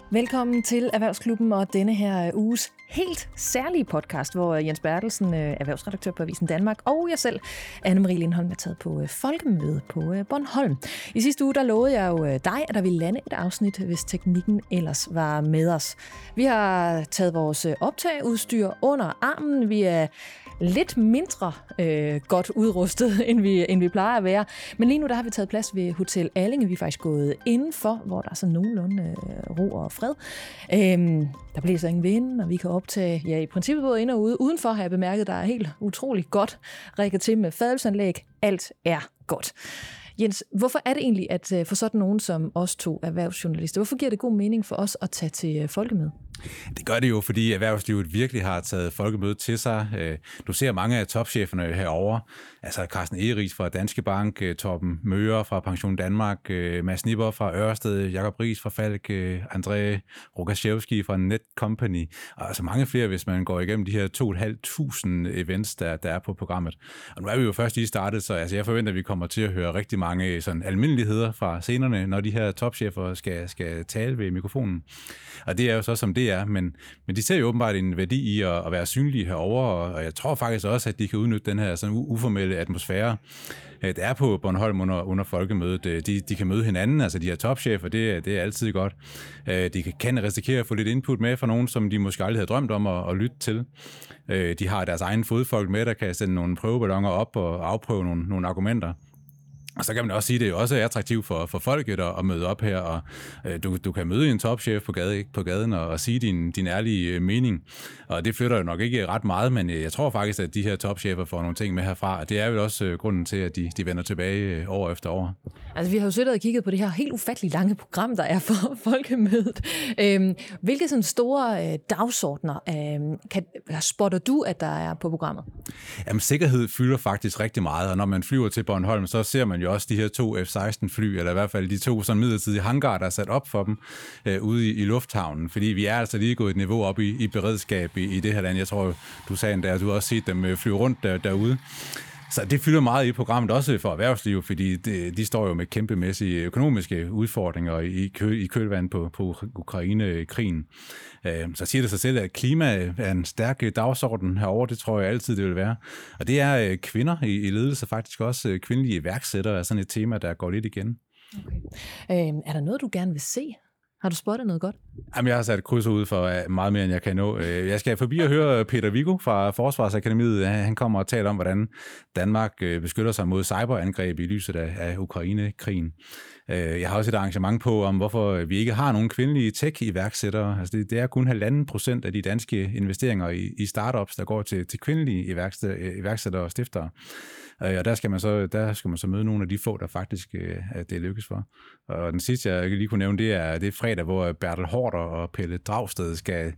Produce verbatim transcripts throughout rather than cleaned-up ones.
Velkommen til Erhvervsklubben og denne her uges helt særlige podcast, hvor Jens Bertelsen, erhvervsredaktør på Avisen Danmark, og jeg selv, Anne-Marie Lindholm, er taget på folkemøde på Bornholm. I sidste uge der lovede jeg jo dig, at der ville lande et afsnit, hvis teknikken ellers var med os. Vi har taget vores optageudstyr under armen. Vi er lidt mindre øh, godt udrustet, end vi, end vi plejer at være. Men lige nu der har vi taget plads ved Hotel Allinge. Vi er faktisk gået indenfor, hvor der er sådan nogenlunde øh, ro og fred. Øhm, der bliver så ingen vind, og vi kan optage, ja, i princippet både ind og ude. Udenfor har jeg bemærket, der er helt utroligt godt rigget til med fadelsanlæg. Alt er godt. Jens, hvorfor er det egentlig, at for sådan nogen som os to erhvervsjournalister, hvorfor giver det god mening for os at tage til folkemøde? Det gør det jo, fordi erhvervslivet virkelig har taget folkemødet til sig. Du ser mange af topcheferne herovre, altså Carsten Egeris fra Danske Bank, Torben Møger fra Pension Danmark, Mads Nipper fra Ørsted, Jakob Riis fra Falck, André Rogaczewski fra Netcompany, og altså mange flere, hvis man går igennem de her to tusind fem hundrede events, der, der er på programmet. Og nu er vi jo først lige startet, så altså jeg forventer, at vi kommer til at høre rigtig mange sådan almindeligheder fra scenerne, når de her topchefer skal, skal tale ved mikrofonen. Og det er jo så, som det er, men, men de ser jo åbenbart en værdi i at, at være synlige herovre, og jeg tror faktisk også, at de kan udnytte den her sådan uformelle atmosfære, der er på Bornholm under, under folkemødet. De, de kan møde hinanden, altså de her topchefer, det, det er altid godt. De kan risikere at få lidt input med fra nogen, som de måske aldrig havde drømt om at, at lytte til. De har deres egen fodfolk med, der kan sende nogle prøveballoner op og afprøve nogle, nogle argumenter. Og så kan man også sige, at det er også attraktivt for, for folket at, at møde op her, og øh, du, du kan møde en topchef på, gade, på gaden og, og sige din, din ærlige øh, mening. Og det flytter jo nok ikke ret meget, men jeg tror faktisk, at de her topchefer får nogle ting med herfra, og det er vel også øh, grunden til, at de, de vender tilbage øh, år efter år. Altså vi har jo siddet og kigget på det her helt ufattelig lange program, der er for folkemødet. Øhm, hvilke sådan store øh, dagsordner øh, kan, spotter du, at der er på programmet? Jamen sikkerhed fylder faktisk rigtig meget, og når man flyver til Bornholm, så ser man jo også de her to F seksten fly, eller i hvert fald de to sådan midlertidige hangarer, der er sat op for dem øh, ude i, i lufthavnen, fordi vi er altså lige gået et niveau op i, i beredskab i, i det her land. Jeg tror, du sagde endda, at du har også set dem flyve rundt der, derude. Så det fylder meget i programmet, også for erhvervslivet, fordi de, de står jo med kæmpemæssige økonomiske udfordringer i, kø, i kølvandet på, på Ukraine-krigen. Så siger det sig selv, at klima er en stærk dagsorden herovre, det tror jeg altid, det vil være. Og det er kvinder i, i ledelse, faktisk også kvindelige iværksættere, er sådan et tema, der går lidt igen. Okay. Øh, er der noget, du gerne vil se? Har du spottet noget godt? Jamen, jeg har sat krydser ud for meget mere, end jeg kan nå. Jeg skal forbi og høre Peter Viggo fra Forsvarsakademiet. Han kommer og taler om, hvordan Danmark beskytter sig mod cyberangreb i lyset af Ukraine-krigen. Jeg har også et arrangement på, om hvorfor vi ikke har nogen kvindelige tech-iværksættere. Altså det, det er kun halvanden procent af de danske investeringer i, i startups, der går til, til kvindelige iværksættere og stiftere. Og der skal man så der skal man så møde nogle af de få, der faktisk at det lykkes for. Og den sidste, jeg lige kunne nævne, det er, det er fredag, hvor Bertel Haarder og Pelle Dragsted skal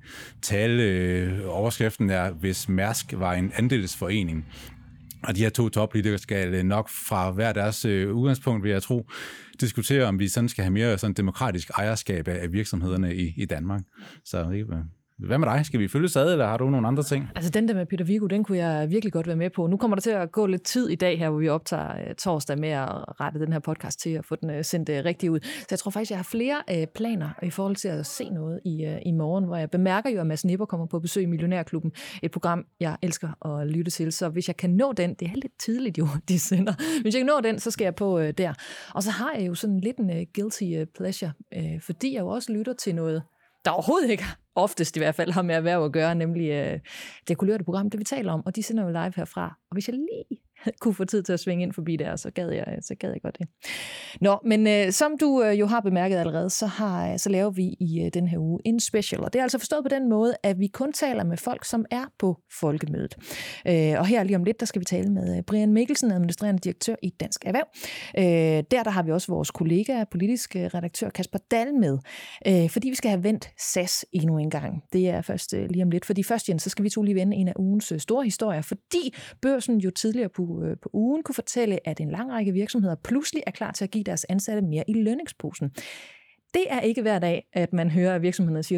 tale. Overskriften er, hvis Mærsk var en andelsforening. Og de her to toppolitikere skal nok fra hver deres udgangspunkt, vil jeg tro, diskutere, om vi sådan skal have mere sådan demokratisk ejerskab af virksomhederne i, i Danmark. Så ikke hvad med dig? Skal vi følges ad, eller har du nogle andre ting? Altså den der med Peter Viggo, den kunne jeg virkelig godt være med på. Nu kommer der til at gå lidt tid i dag her, hvor vi optager torsdag med at rette den her podcast til og få den sendt rigtig ud. Så jeg tror faktisk, jeg har flere planer i forhold til at se noget i, i morgen, hvor jeg bemærker jo, at Mads Nipper kommer på besøg i Millionærklubben. Et program, jeg elsker at lytte til. Så hvis jeg kan nå den, det er lidt tidligt jo, de sender. Hvis jeg kan nå den, så skal jeg på der. Og så har jeg jo sådan lidt en guilty pleasure, fordi jeg jo også lytter til noget, der overhovedet ikke oftest i hvert fald har med erhverv at gøre, nemlig øh, det kulørte program, det vi taler om, og de sender jo live herfra. Og hvis jeg lige kunne få tid til at svinge ind forbi der, så gad jeg, så gad jeg godt det. Nå, men øh, som du øh, jo har bemærket allerede, så, har, så laver vi i øh, den her uge en special, og det er altså forstået på den måde, at vi kun taler med folk, som er på folkemødet. Øh, og her lige om lidt, der skal vi tale med Brian Mikkelsen, administrerende direktør i Dansk Erhverv. Øh, der, der har vi også vores kollega, politisk redaktør Kasper Dahl med, øh, fordi vi skal have vendt S A S endnu en gang. Det er først øh, lige om lidt, fordi først, Jens, så skal vi to lige vende en af ugens øh, store historier, fordi børsen jo tidligere på på ugen kunne fortælle, at en lang række virksomheder pludselig er klar til at give deres ansatte mere i lønningsposen. Det er ikke hver dag, at man hører, at virksomhederne siger, det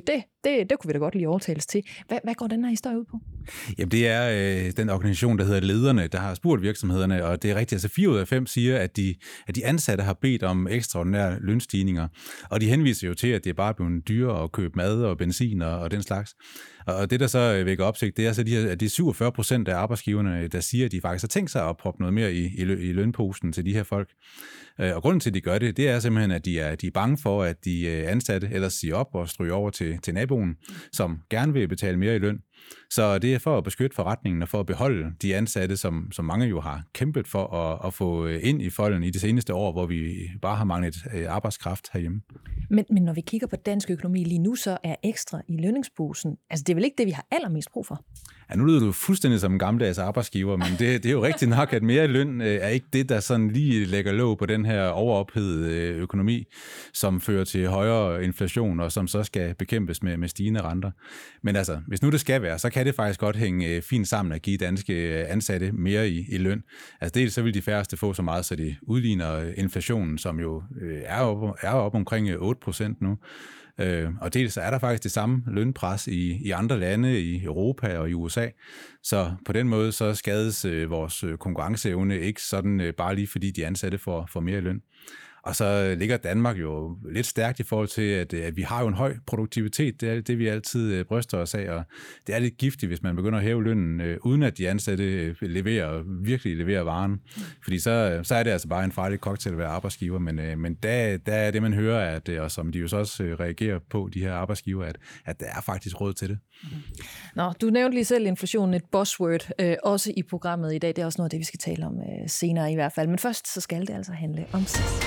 Det, det kunne vi da godt lige overtales til. Hvad, hvad går den her historie ud på? Jamen, det er øh, den organisation, der hedder Lederne, der har spurgt virksomhederne, og det er rigtigt. Altså fire ud af fem siger, at de, at de ansatte har bedt om ekstraordinære lønstigninger, og de henviser jo til, at det er bare blevet dyrere at købe mad og benzin og, og den slags. Og det, der så vækker opsigt, det er så de her, at det er syvogfyrre procent af arbejdsgiverne, der siger, at de faktisk har tænkt sig at proppe noget mere i, i, i lønposen til de her folk. Og grunden til, at de gør det, det er simpelthen, at de er, de er bange for, at de ansatte ellers siger op og stryger over til, til naboen, som gerne vil betale mere i løn. Så det er for at beskytte forretningen og for at beholde de ansatte, som, som mange jo har kæmpet for at, at få ind i folden i de seneste år, hvor vi bare har manglet arbejdskraft herhjemme. Men, men når vi kigger på dansk økonomi lige nu, så er ekstra i lønningsposen, altså det er vel ikke det, vi har allermest brug for? Ja, nu lyder du fuldstændig som en gammeldags arbejdsgiver, men det, det er jo rigtigt nok, at mere løn er ikke det, der sådan lige lægger låg på den her overophedede økonomi, som fører til højere inflation, og som så skal bekæmpes med, med stigende renter. Men altså, hvis nu det skal være, så kan det faktisk godt hænge fint sammen at give danske ansatte mere i, i løn. Altså dels så vil de færreste få så meget, så det udligner inflationen, som jo er op, er op omkring otte procent nu. Og dels er der faktisk det samme lønpres i, i andre lande, i Europa og i U S A. Så på den måde så skades vores konkurrenceevne ikke sådan bare lige fordi de ansatte får, får mere løn. Og så ligger Danmark jo lidt stærkt i forhold til, at, at vi har jo en høj produktivitet. Det er det, vi altid bryster os af, og det er lidt giftigt, hvis man begynder at hæve lønnen, øh, uden at de ansatte leverer, virkelig leverer varen. Fordi så, så er det altså bare en farlig cocktail at være arbejdsgiver, men, øh, men der, der er det, man hører, at, og som de jo så også reagerer på, de her arbejdsgiver, at, at der er faktisk råd til det. Nå, du nævnte lige selv inflationen, et buzzword, øh, også i programmet i dag. Det er også noget af det, vi skal tale om øh, senere i hvert fald. Men først så skal det altså handle om S A S.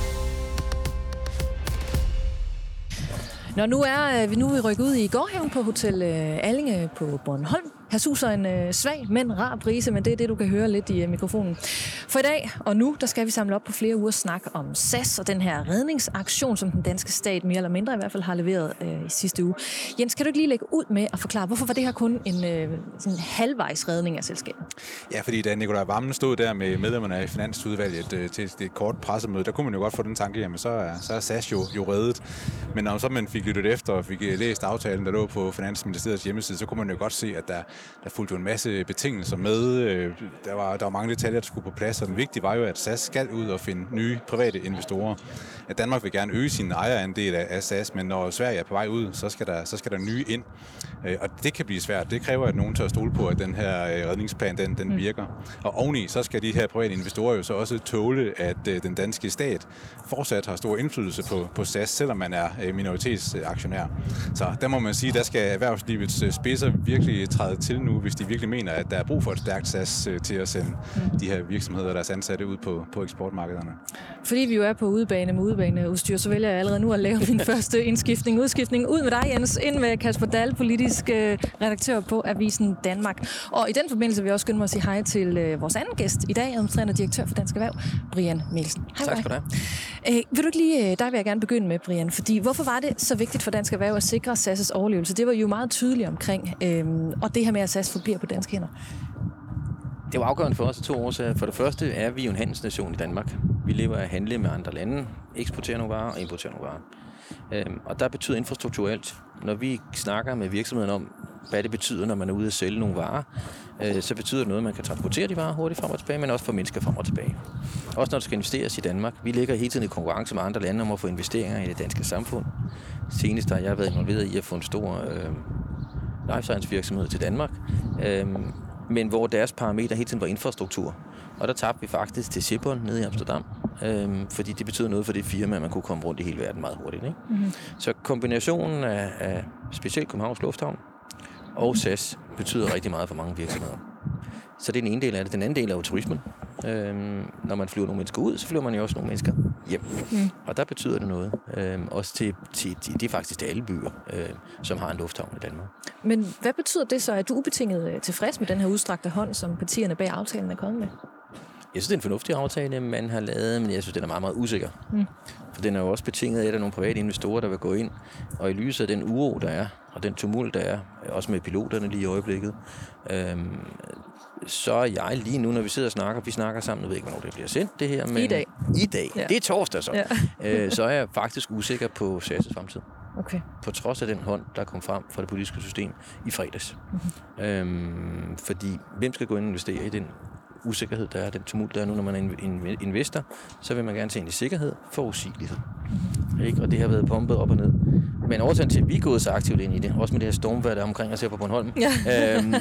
Nå, nu er vi nu er vi rykket ud i gårdhaven på Hotel Allinge på Bornholm. Her suser en øh, svag, men rar brise, men det er det, du kan høre lidt i øh, mikrofonen. For i dag og nu, der skal vi samle op på flere uger snak om S A S og den her redningsaktion, som den danske stat mere eller mindre i hvert fald har leveret øh, i sidste uge. Jens, kan du ikke lige lægge ud med at forklare, hvorfor var det her kun en øh, sådan halvvejs redning af selskabet? Ja, fordi da Nicolai Wammen stod der med medlemmerne af Finansudvalget øh, til et kort pressemøde, der kunne man jo godt få den tanke, jamen så er, så er S A S jo, jo reddet. Men når så man fik lyttet efter og fik læst aftalen, der lå på Finansministeriets hjemmeside, så kunne man jo godt se, at der Der fulgte jo en masse betingelser med. Der var, der var mange detaljer, der skulle på plads, og den vigtige var jo, at S A S skal ud og finde nye private investorer. At Danmark vil gerne øge sin ejerandel af S A S, men når Sverige er på vej ud, så skal der, så skal der nye ind. Og det kan blive svært. Det kræver, at nogen tør stole på, at den her redningsplan den, den virker. Og oveni, så skal de her private investorer jo så også tåle, at den danske stat fortsat har stor indflydelse på, på S A S, selvom man er minoritetsaktionær. Så der må man sige, der skal erhvervslivets spidser virkelig træde til nu, hvis de virkelig mener, at der er brug for et stærkt S A S til at sende de her virksomheder og deres ansatte ud på, på eksportmarkederne. Fordi vi jo er på udebane med udebaneudstyr, så vælger jeg allerede nu at lave min første indskiftning, udskiftning. Ud med dig, Jens, ind med Kasper Dahl, politisk redaktør på Avisen Danmark. Og i den forbindelse vil jeg også skynde mig at sige hej til vores anden gæst i dag, administrerende direktør for Dansk Erhverv, Brian Mikkelsen. Hej, tak skal du have. Øh, vil du ikke lige, dig vil jeg gerne begynde med, Brian, fordi hvorfor var det så vigtigt for Dansk Erhverv at sikre S A S' overlevelse? Det var jo meget tydeligt omkring, øhm, og det her med, at S A S forbliver på danske hænder. Det var afgørende for os af to årsager. For det første er vi jo en handelsnation i Danmark. Vi lever af at handle med andre lande, eksportere nogle varer og importere nogle varer. Øhm, og der betyder infrastruktur alt. Når vi snakker med virksomheden om, hvad det betyder, når man er ude at sælge nogle varer, øh, så betyder det noget, at man kan transportere de varer hurtigt frem og tilbage, men også få mennesker frem og tilbage. Også når der skal investeres i Danmark. Vi ligger hele tiden i konkurrence med andre lande om at få investeringer i det danske samfund. Senest har jeg været involveret i at få en stor øh, life science virksomhed til Danmark, øh, men hvor deres parameter hele tiden var infrastruktur. Og der tabte vi faktisk til Schiphol nede i Amsterdam, øhm, fordi det betyder noget for det firma, at man kunne komme rundt i hele verden meget hurtigt. Ikke? Mm-hmm. Så kombinationen af, af specielt Københavns Lufthavn og S A S betyder rigtig meget for mange virksomheder. Så det er den ene del af det. Den anden del er jo turismen. Øhm, når man flyver nogle mennesker ud, så flyver man jo også nogle mennesker hjem. Mm. Og der betyder det noget. Øhm, også til, til, til, det er faktisk til alle byer, øh, som har en lufthavn i Danmark. Men hvad betyder det så? Er du ubetinget tilfreds med den her udstrakte hånd, som partierne bag aftalen er kommet med? Jeg synes, det er en fornuftig aftale, man har lavet, men jeg synes, den er meget, meget usikker. Mm. For den er jo også betinget af, at der er nogle private investorer, der vil gå ind. Og i lyset af den uro, der er, og den tumult, der er, også med piloterne lige i øjeblikket, øhm, så er jeg lige nu, når vi sidder og snakker, vi snakker sammen, jeg ved ikke, hvornår det bliver sendt, det her. Men I dag. I dag. Ja. Det er torsdag så. Ja. øh, så er jeg faktisk usikker på S A S' fremtid. Okay. På trods af den hånd, der kom frem fra det politiske system i fredags. Mm-hmm. Øhm, fordi hvem skal gå ind og investere i den usikkerhed, der er, den tumult, der er nu, når man er en investor, så vil man gerne se ind i sikkerhed for usigelighed. Mm-hmm. Ikke? Og det har været pumpet op og ned. Men årsagen til, at vi er gået så aktivt ind i det, også med det her stormvejr, der er omkring os her på Bornholm, ja. øhm,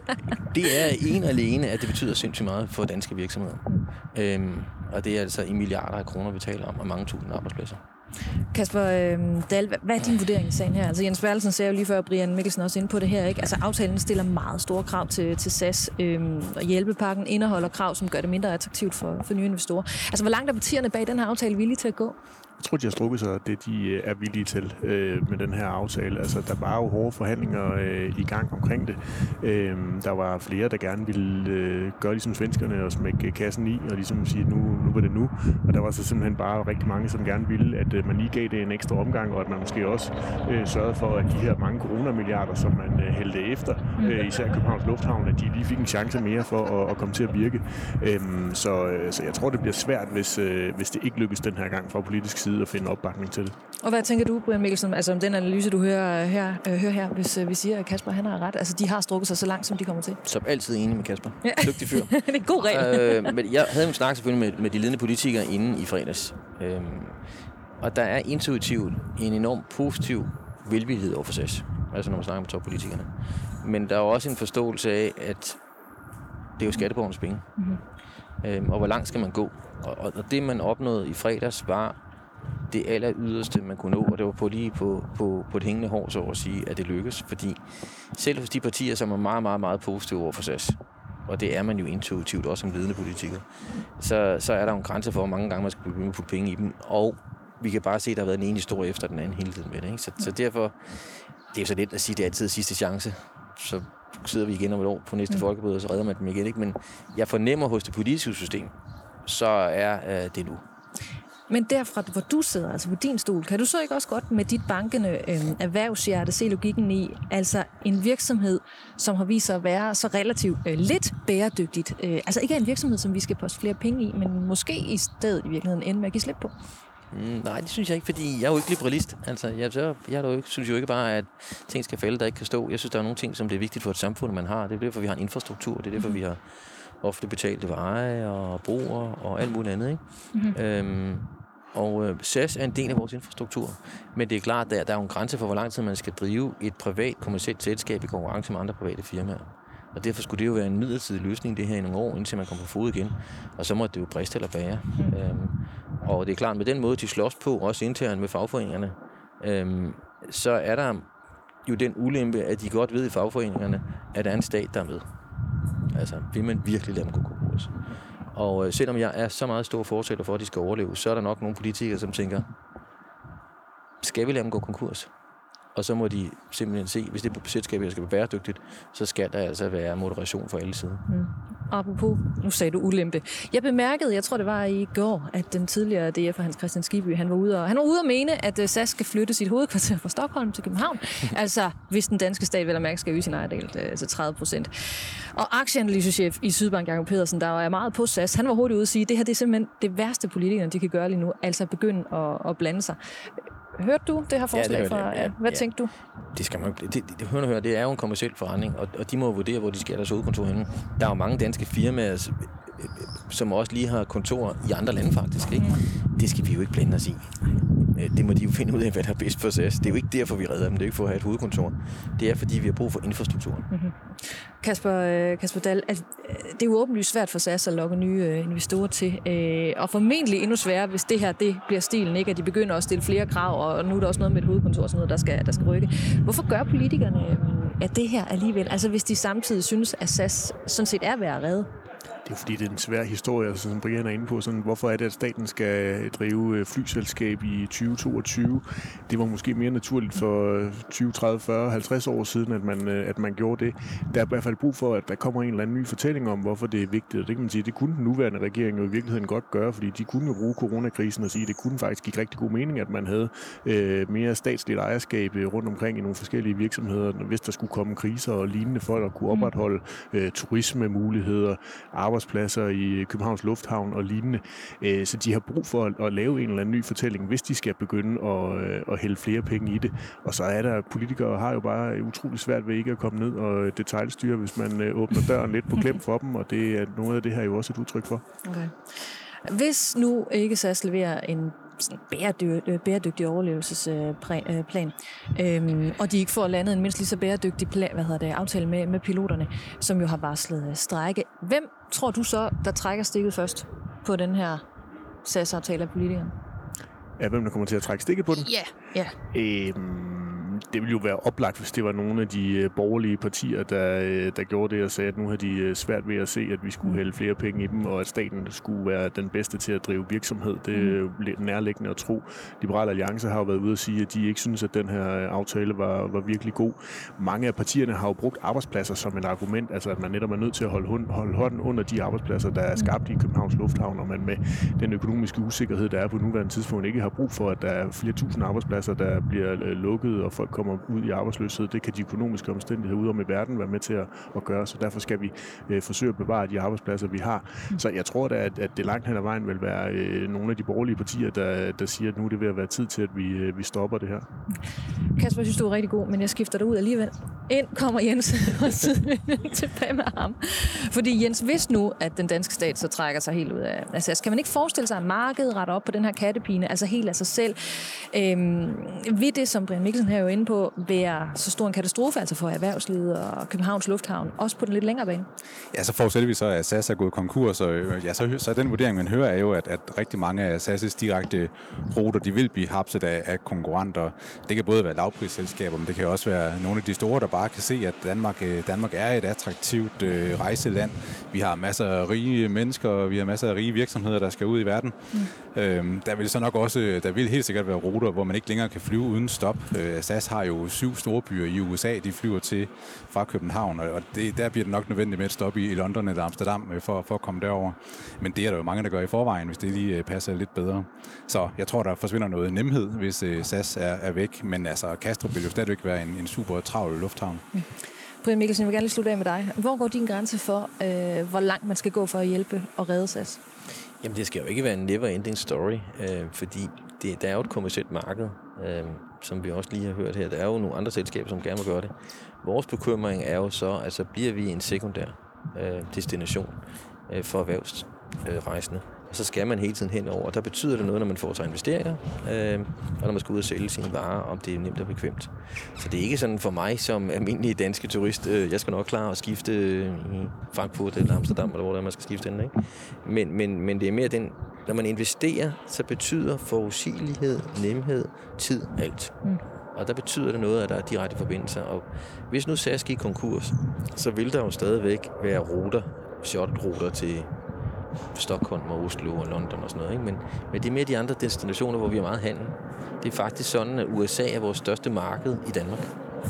det er en alene, at det betyder sindssygt meget for danske virksomheder. Øhm, og det er altså i milliarder af kroner, vi taler om, og mange tusind arbejdspladser. Kasper øh, Dahl, hvad er din vurdering i sagen her? Altså Jens Bertelsen sagde jo lige før, Brian Mikkelsen også inde på det her, ikke? Altså aftalen stiller meget store krav til, til S A S, øh, og hjælpepakken indeholder krav, som gør det mindre attraktivt for, for nye investorer. Altså hvor langt er partierne bag den her aftale villige til at gå? Jeg tror, de har strukket sig det, de er villige til øh, med den her aftale. Altså, der var jo hårde forhandlinger øh, i gang omkring det. Øh, der var flere, der gerne ville øh, gøre ligesom svenskerne og smække kassen i, og ligesom sige, nu, nu var det nu. Og der var så simpelthen bare rigtig mange, som gerne ville, at øh, man lige gav det en ekstra omgang, og at man måske også øh, sørgede for, at de her mange coronamilliarder, som man øh, hældte efter, øh, især Københavns Lufthavn, at de lige fik en chance mere for at, at komme til at virke. Øh, så, øh, så jeg tror, det bliver svært, hvis, øh, hvis det ikke lykkes den her gang fra politisk side at finde opbakning til det. Og hvad tænker du, Brian Mikkelsen, altså om den analyse, du hører her, øh, hører her hvis øh, vi siger, at Kasper han har ret? Altså, de har strukket sig så langt, som de kommer til. Som altid enig med Kasper. Ja. Dygtig fyr. Det er en god regel. øh, men jeg havde jo en snak selvfølgelig med, med de ledende politikere inden i fredags. Øhm, og der er intuitivt en enorm positiv velvillighed over for S A S. Altså når man snakker med toppolitikerne. Men der er også en forståelse af, at det er jo skatteborgernes penge. Mm-hmm. Øhm, og hvor langt skal man gå? Og, og det, man opnåede i fredags, var det aller yderste, man kunne nå, og det var på lige på, på, på et hængende hår, så at sige, at det lykkes. Fordi selv hos de partier, som er meget, meget, meget positive over for S A S, og det er man jo intuitivt også som ledende politiker, så, så er der jo en grænse for, hvor mange gange man skal begynde at putte penge i dem. Og vi kan bare se, at der har været den ene historie efter den anden hele tiden med det. Ikke? Så, så derfor, det er jo så let at sige, at det er altid sidste chance. Så sidder vi igen om et år på næste mm. folkemøde, og så redder man dem igen. Ikke? Men jeg fornemmer hos det politiske system, så er øh, det nu. Men derfra, hvor du sidder, altså på din stol, kan du så ikke også godt med dit bankende øh, erhvervshjerte se logikken i, altså en virksomhed, som har vist sig at være så relativt øh, lidt bæredygtigt, øh, altså ikke en virksomhed, som vi skal poste flere penge i, men måske i stedet i virkeligheden ende med at give slip på? Mm, nej, det synes jeg ikke, fordi jeg er jo ikke liberalist. Altså, jeg, så, jeg er jo ikke, synes jo ikke bare, at ting skal falde, der ikke kan stå. Jeg synes, der er nogle ting, som det er vigtigt for et samfund, man har. Det er derfor, vi har en infrastruktur. Det er derfor, vi har ofte betalte veje og broer og alt muligt andet. Ikke? Mm-hmm. Øhm, og øh, S A S er en del af vores infrastruktur. Men det er klart, at der, der er jo en grænse for, hvor lang tid man skal drive et privat kommercielt selskab i konkurrence med andre private firmaer. Og derfor skulle det jo være en midlertidig løsning, det her i nogle år, indtil man kommer på fod igen. Og så må det jo briste eller bære. Mm. Øhm, og det er klart, med den måde, de slås på, også internt med fagforeningerne, øhm, så er der jo den ulempe, at de godt ved i fagforeningerne, at der er en stat, der er med. Altså, vil man virkelig lade dem gå konkurs? Og øh, selvom jeg er så meget stor fortæller for, at de skal overleve, så er der nok nogle politikere, som tænker, skal vi lade dem gå konkurs? Og så må de simpelthen se, hvis det selskab skal være bæredygtigt, så skal der altså være moderation for alle sider. Mm. Apropos, nu sagde du ulempe. Jeg bemærkede, jeg tror det var i går, at den tidligere D F'er Hans Christian Skibby, han var ude og, han var ude at mene, at S A S skal flytte sit hovedkvarter fra Stockholm til København. Altså, hvis den danske stat vel at mærke skal øge sin ejerdel til tredive procent. Og aktieanalysechef i Sydbank, Jacob Pedersen, der er meget på S A S, han var hurtigt ude at sige, at det her det er simpelthen det værste politikerne, de kan gøre lige nu, altså begynde at, at blande sig. Hørte du det her forslag ja, det fra? Ja, Hvad ja. tænkte du? Det skal man det, det, det, hør, hør, det er jo en kommerciel forretning, og, og de må vurdere, hvor de skal have deres hovedkontor henne. Der er jo mange danske firmaer, som også lige har kontor i andre lande faktisk. Ikke? Det skal vi jo ikke blande os i. Det må de jo finde ud af, hvad der er bedst for S A S. Det er jo ikke derfor, vi redder dem. Det er ikke for at have et hovedkontor. Det er, fordi vi har brug for infrastrukturen. Mm-hmm. Kasper, Kasper Dahl, altså, det er jo åbenlyst svært for S A S at lokke nye investorer til. Og formentlig endnu sværere, hvis det her det bliver stilen, ikke? At de begynder at stille flere krav, og nu er der også noget med et hovedkontor og sådan noget, der skal, der skal rykke. Hvorfor gør politikerne at det her alligevel? Altså hvis de samtidig synes, at S A S sådan set er værd at redde? Det er fordi, det er en svær historie, altså, som Brian er inde på. Sådan, hvorfor er det, at staten skal drive flyselskab i tyve toogtyve? Det var måske mere naturligt for tyve, tredive, fyrre, halvtreds år siden, at man, at man gjorde det. Der er i hvert fald brug for, at der kommer en eller anden ny fortælling om, hvorfor det er vigtigt. Og det kan man sige, det kunne den nuværende regering jo i virkeligheden godt gøre, fordi de kunne jo bruge coronakrisen og sige, at det kunne faktisk give rigtig god mening, at man havde øh, mere statsligt ejerskab rundt omkring i nogle forskellige virksomheder, hvis der skulle komme kriser og lignende for at kunne opretholde øh, turismemuligheder, arbejds arbejdspladser i Københavns Lufthavn og lignende. Øh, så de har brug for at, at lave en eller anden ny fortælling, hvis de skal begynde at, øh, at hælde flere penge i det. Og så er der, politikere har jo bare utrolig svært ved ikke at komme ned og detailstyre, hvis man øh, åbner døren lidt på klem for dem, og det er noget af det her jo også et udtryk for. Okay. Hvis nu ikke S A S leverer en bæredygtig, bæredygtig overlevelsesplan, øhm, og de ikke får landet en mindst lige så bæredygtig plan, hvad hedder det, aftale med, med piloterne, som jo har varslet strejke. Hvem tror du så, der trækker stikket først på den her S A S-aftale af politikerne? Ja, hvem der kommer til at trække stikket på den? Ja, ja. Øhm, det ville jo være oplagt, hvis det var nogle af de borgerlige partier, der, der gjorde det og sagde, at nu har de svært ved at se, at vi skulle hælde flere penge i dem, og at staten skulle være den bedste til at drive virksomhed. Det er jo lidt nærliggende at tro. Liberal Alliance har jo været ude at sige, at de ikke synes, at den her aftale var, var virkelig god. Mange af partierne har jo brugt arbejdspladser som et argument, altså at man netop er nødt til at holde, hund, holde hånden under de arbejdspladser, der er skabt i Københavns Lufthavn, og man med den økonomiske usikkerhed, der er på nuværende tidspunkt, ikke har brug for, at der er flere tusind arbejdspladser, der bliver lukket, og folk kommer ud i arbejdsløshed. Det kan de økonomiske omstændigheder ude om i verden være med til at, at gøre, så derfor skal vi øh, forsøge at bevare de arbejdspladser, vi har. Så jeg tror da, at, at det langt hen ad vejen vil være øh, nogle af de borgerlige partier, der, der siger, at nu er det ved at være tid til, at vi, øh, vi stopper det her. Kasper, jeg synes, du er rigtig god, men jeg skifter dig ud alligevel. Ind kommer Jens og tilbage med ham. Fordi Jens, hvis nu, at den danske stat så trækker sig helt ud af S A S, kan man ikke forestille sig, at markedet retter op på den her kattepine, altså helt af sig selv? Øhm, vil det, som Brian Mikkelsen her er jo inde på, være så stor en katastrofe, altså for erhvervslivet og Københavns Lufthavn, også på den lidt længere bane? Ja, så forudsætter vi så, at S A S er gået konkurs, og ja, så, så den vurdering, man hører, er jo, at, at rigtig mange af S A S' direkte ruter, de vil blive hapset af, af konkurrenter. Det kan både være lavprisselskaber, men det kan også være nogle af de store, der bare kan se, at Danmark, Danmark er et attraktivt øh, rejseland. Vi har masser af rige mennesker, og vi har masser af rige virksomheder, der skal ud i verden. Mm. Øhm, der vil så nok også, der vil helt sikkert være ruter, hvor man ikke længere kan flyve uden stop. Øh, S A S har jo syv store byer i U S A, de flyver til fra København, og det, der bliver det nok nødvendigt med et stop i, i London eller Amsterdam for, for at komme derover. Men det er der jo mange, der gør i forvejen, hvis det lige passer lidt bedre. Så jeg tror, der forsvinder noget nemhed, hvis uh, S A S er, er væk, men altså Kastrup vil jo stadigvæk være en, en super travl lufthavn. Mm. Brian Mikkelsen, jeg vil gerne lige slutte af med dig. Hvor går din grænse for, øh, hvor langt man skal gå for at hjælpe og redde S A S? Jamen, det skal jo ikke være en never-ending story, øh, fordi det, der er jo et kommercielt marked, øh, som vi også lige har hørt her. Der er jo nogle andre selskaber, som gerne vil gøre det. Vores bekymring er jo så, at så bliver vi en sekundær øh, destination øh, for erhvervsrejsende. Og så skal man hele tiden henover. Og der betyder det noget, når man foretager investeringer, øh, og når man skal ud og sælge sine varer, om det er nemt og bekvemt. Så det er ikke sådan for mig som almindelig danske turist, øh, jeg skal nok klare at skifte i Frankfurt eller Amsterdam, eller hvor der man skal skifte den, ikke? Men, men, men det er mere den, når man investerer, så betyder forudsigelighed, nemhed, tid, alt. Mm. Og der betyder det noget, at der er direkte forbindelser. Og hvis nu S A S gik konkurs, så vil der jo stadigvæk være ruter, shuttle-ruter til Stockholm og Oslo og London og sådan noget, ikke? Men, men det er mere de andre destinationer, hvor vi har meget handel. Det er faktisk sådan, at U S A er vores største marked i Danmark,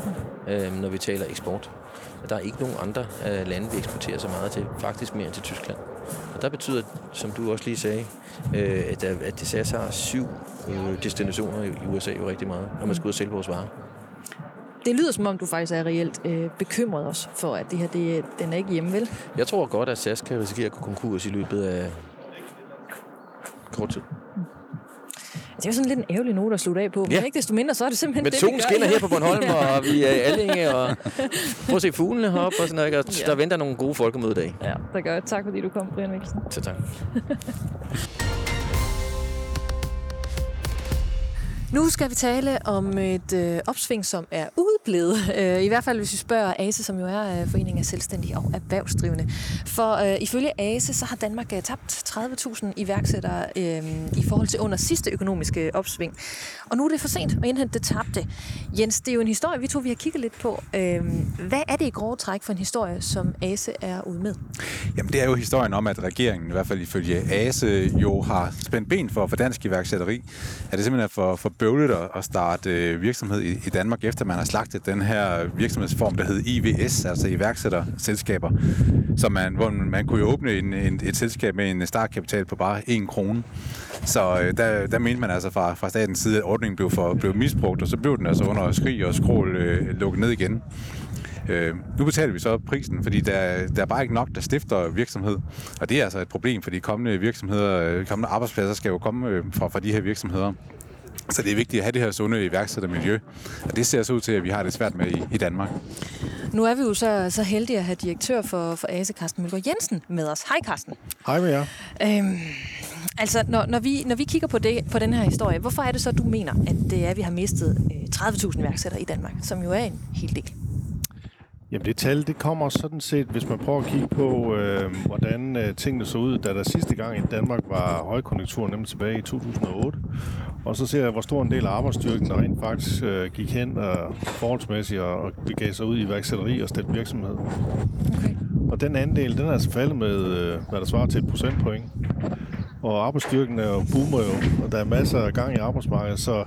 øh, når vi taler eksport. Der er ikke nogen andre øh, lande, vi eksporterer så meget til, faktisk mere end til Tyskland. Og der betyder, som du også lige sagde, øh, at, at S A S har syv øh, destinationer i U S A jo rigtig meget, når man skal ud og sælge vores varer. Det lyder som om, du faktisk er reelt øh, bekymret også for, at det her, det, den er ikke hjemme, vel? Jeg tror godt, at S A S kan risikere at gå konkurs i løbet af kort tid. Mm. Det er jo sådan lidt en ærgerlig note at slutte af på, men ja. Ikke desto mindre, så er det simpelthen men det, solen skinner her på Bornholm, og vi er i Allinge, og prøv at se fuglene heroppe, og sådan noget, og ja. Der venter nogle gode folkemødedag. Ja, det gør jeg. Tak fordi du kom, Brian Mikkelsen. Så tak. Nu skal vi tale om et øh, opsving, som er udeblevet. Øh, I hvert fald, hvis vi spørger A S E, som jo er øh, Foreningen af Selvstændige og Erhvervsdrivende. For øh, ifølge A S E, så har Danmark øh, tabt tredive tusind iværksættere øh, i forhold til under sidste økonomiske opsving. Og nu er det for sent at indhente det tabte. Jens, det er jo en historie, vi to vi har kigget lidt på. Øh, hvad er det i grove træk for en historie, som A S E er ude med? Jamen, det er jo historien om, at regeringen, i hvert fald ifølge A S E, jo har spændt ben for, for dansk iværksætteri. At det simpelthen er for, for bøvlet at starte virksomhed i, i Danmark, efter man har slagtet den her virksomhedsform, der hedder I V S, altså iværksætterselskaber. Så man, hvor man kunne jo åbne en, en, et selskab med en startkapital på bare en krone. Så der, der mente man altså fra, fra statens side, at ordningen blev, for, blev misbrugt, og så blev den altså under skrig og skrål øh, lukket ned igen. Øh, nu betaler vi så prisen, fordi der, der er bare ikke nok, der stifter virksomhed. Og det er altså et problem, fordi kommende virksomheder, kommende arbejdspladser skal jo komme fra, fra de her virksomheder. Så det er vigtigt at have det her sunde iværksættermiljø, og det ser så ud til, at vi har det svært med i, i Danmark. Nu er vi jo så, så heldige at have direktør for, for A S E, Carsten Mølgaard Jensen, med os. Hej, Carsten. Hej med jer. Øhm, altså, når, når, vi, når vi kigger på, det, på den her historie, hvorfor er det så, du mener, at det er, at vi har mistet øh, tredive tusind iværksættere i Danmark, som jo er en hel del? Jamen det tal, det kommer sådan set, hvis man prøver at kigge på, øh, hvordan øh, tingene så ud, da der sidste gang i Danmark var højkonjunktur, nemlig tilbage i to tusind og otte. Og så ser jeg, hvor stor en del af arbejdsstyrken, der rent faktisk øh, gik hen og forholdsmæssigt og, og begav sig ud i iværksætteri og stifte virksomhed. Okay. Og den andel, den er altså faldet med, øh, hvad der svarer til et procentpoint. Og arbejdsstyrken er jo boomer jo, og der er masser af gang i arbejdsmarkedet, så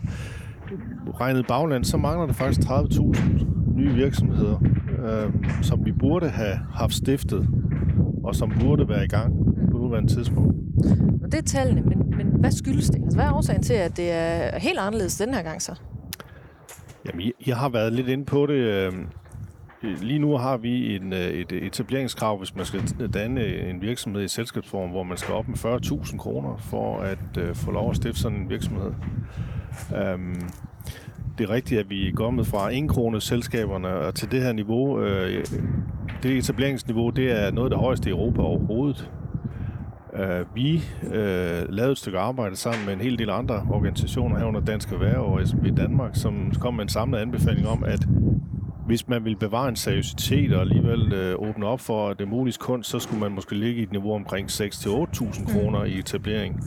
regnet bagland, så mangler der faktisk tredive tusind nye virksomheder, øh, som vi burde have haft stiftet, og som burde være i gang på nuværende tidspunkt. Og det er tallene, men, men hvad skyldes det? Altså, hvad er årsagen til, at det er helt anderledes den her gang så? Jamen, jeg har været lidt inde på det. Lige nu har vi en, et etableringskrav, hvis man skal danne en virksomhed i selskabsform, hvor man skal op med fyrre tusind kroner for at uh, få lov at stifte sådan en virksomhed. Um, det er rigtigt, at vi er kommet fra en krone selskaberne og til det her niveau. Uh, det etableringsniveau, det er noget af det højeste i Europa overhovedet. Uh, vi uh, lavede et stykke arbejde sammen med en hel del andre organisationer herunder Dansk Erhverv og S M B Danmark, som kom med en samlet anbefaling om, at hvis man vil bevare en seriøsitet og alligevel øh, åbne op for det mulige kunst, så skulle man måske ligge i et niveau omkring seks til otte tusind kroner i etablering.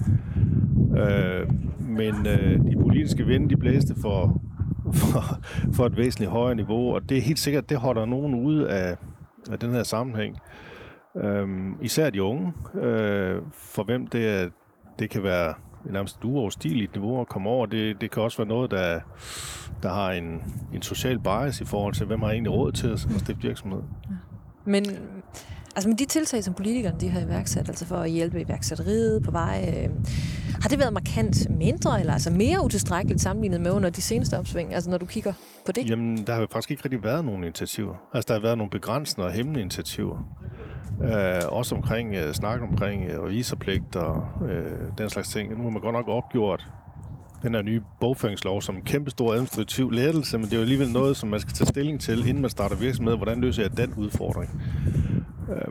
Øh, men øh, de politiske vinde, de blæste for, for, for et væsentligt højere niveau, og det er helt sikkert, det holder nogen ude af, af den her sammenhæng. Øh, især de unge, øh, for hvem det, er, det kan være nærmest et uoverstigeligt niveau at komme over. Det, det kan også være noget, der, der har en, en social bias i forhold til, hvem har egentlig råd til at stifte virksomhed. Men altså med de tiltag, som politikerne de har iværksat, altså for at hjælpe iværksætteriet på vej, øh, har det været markant mindre, eller altså mere utilstrækkeligt sammenlignet med under de seneste opsving, altså når du kigger på det? Jamen, der har jo faktisk ikke rigtig været nogen initiativer. Altså, der har været nogle begrænsende og hæmmende initiativer. Uh, også omkring, uh, snak omkring uh, revisorpligt og uh, den slags ting. Nu har man godt nok opgjort den her nye bogføringslov som en kæmpe stor administrativ lettelse, men det er jo alligevel noget, som man skal tage stilling til, inden man starter virksomhed. Hvordan løser jeg den udfordring? Uh,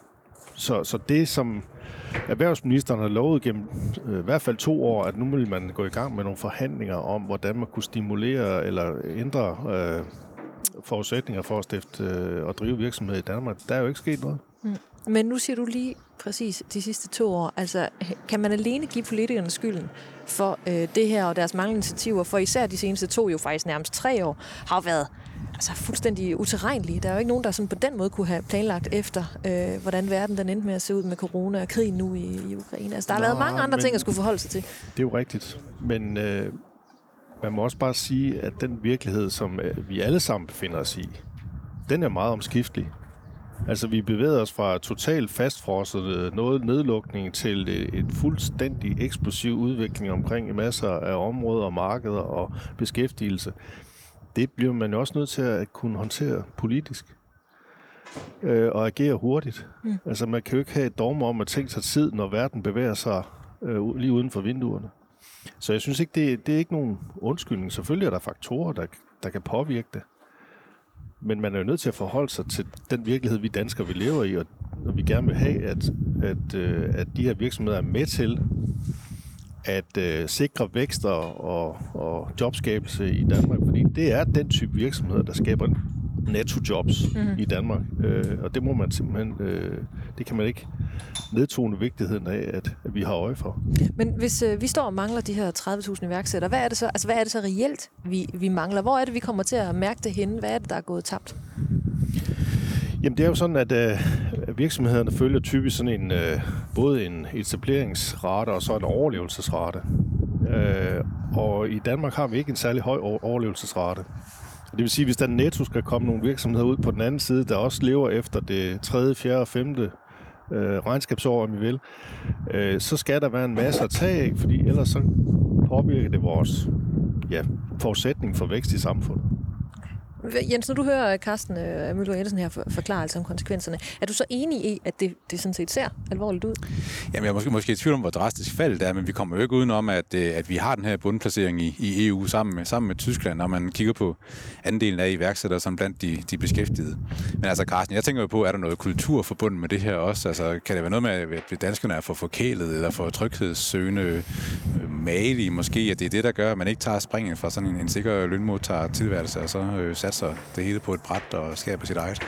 så, så det, som erhvervsministeren har lovet gennem uh, i hvert fald to år, at nu vil man gå i gang med nogle forhandlinger om, hvordan man kunne stimulere eller ændre uh, forudsætninger for at stifte uh, og drive virksomhed i Danmark. Der er jo ikke sket noget. Mm. Men nu siger du lige præcis de sidste to år, altså kan man alene give politikerne skylden for øh, det her og deres manglende initiativer, for især de seneste to, jo faktisk nærmest tre år, har jo været altså, fuldstændig utilregnelige. Der er jo ikke nogen, der sådan på den måde kunne have planlagt efter, øh, hvordan verden den endte med at se ud med corona og krigen nu i, i Ukraine. Altså der har Nå, været mange andre ting, at skulle forholde sig til. Det er jo rigtigt, men øh, man må også bare sige, at den virkelighed, som øh, vi alle sammen befinder os i, den er meget omskiftelig. Altså, vi bevæger os fra totalt fastfrosset noget nedlukning til et fuldstændig eksplosiv udvikling omkring masser af områder og markeder og beskæftigelse. Det bliver man jo også nødt til at kunne håndtere politisk øh, og agere hurtigt. Mm. Altså, man kan jo ikke have et dogme om at tænke sig tid, når verden bevæger sig øh, lige uden for vinduerne. Så jeg synes ikke, det, det er ikke nogen undskyldning. Selvfølgelig er der faktorer, der, der kan påvirke det. Men man er jo nødt til at forholde sig til den virkelighed, vi danskere vi lever i, og vi gerne vil have, at, at, at de her virksomheder er med til at uh, sikre vækst og, og jobskabelse i Danmark, fordi det er den type virksomheder, der skaber nettojobs mm-hmm. i Danmark, uh, og det må man simpelthen, uh, det kan man ikke nedtone vigtigheden af, at, at vi har øje for. Men hvis uh, vi står og mangler de her tredive tusind iværksættere, hvad er det så, altså hvad er det så reelt, vi, vi mangler? Hvor er det, vi kommer til at mærke det henne? Hvad er det, der er gået tabt? Jamen det er jo sådan, at uh, virksomhederne følger typisk sådan en, uh, både en etableringsrate og så en overlevelsesrate. Uh, og i Danmark har vi ikke en særlig høj overlevelsesrate. Det vil sige, hvis der netto skal komme nogle virksomheder ud på den anden side, der også lever efter det tredje, fjerde og femte øh, regnskabsår, om vi vil, øh, så skal der være en masse at tage af, fordi ellers så påvirker det vores ja, forudsætning for vækst i samfundet. Jens, når du hører Carsten øh, Mølgaard Jensen her for, forklarelse om konsekvenserne, er du så enig i, at det, det sådan set ser alvorligt ud? Jamen, jeg er måske, måske i tvivl om, hvor drastisk faldet er, men vi kommer jo ikke udenom, at, at vi har den her bundplacering i, i E U sammen med, sammen med Tyskland, når man kigger på andelen af iværksættere som blandt de, de beskæftigede. Men altså, Carsten, jeg tænker jo på, er der noget kultur forbundet med det her også? Altså, kan det være noget med, at danskerne er for forkælet eller for tryghedssøgende, malige måske, at det er det, der gør, at man ikke tager springet fra sådan en, en sikker lønmodtager tilværelse, og så øh, satser det hele på et bræt og skaber sit eget.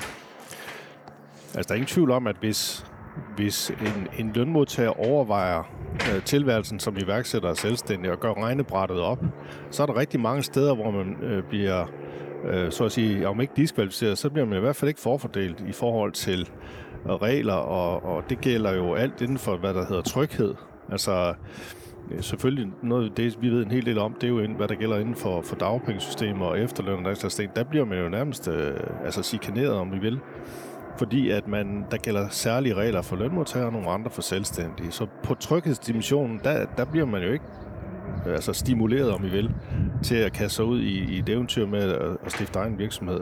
Altså, der er ingen tvivl om, at hvis, hvis en, en lønmodtager overvejer øh, tilværelsen som iværksætter og selvstændig og gør regnebrættet op, så er der rigtig mange steder, hvor man øh, bliver, øh, så at sige, om ikke diskvalificeret, så bliver man i hvert fald ikke forfordelt i forhold til øh, regler, og, og det gælder jo alt inden for, hvad der hedder tryghed. Altså, selvfølgelig noget af det, vi ved en hel del om, det er jo, hvad der gælder inden for, for dagpengesystemer og efterløn og der, der bliver man jo nærmest øh, altså chikaneret, om vi vil. Fordi at man, der gælder særlige regler for lønmodtagere og nogle andre for selvstændige. Så på tryghedsdimensionen, der, der bliver man jo ikke altså stimuleret, om vi vil, til at kaste sig ud i, i et eventyr med at, at stifte egen virksomhed.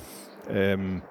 Øhm,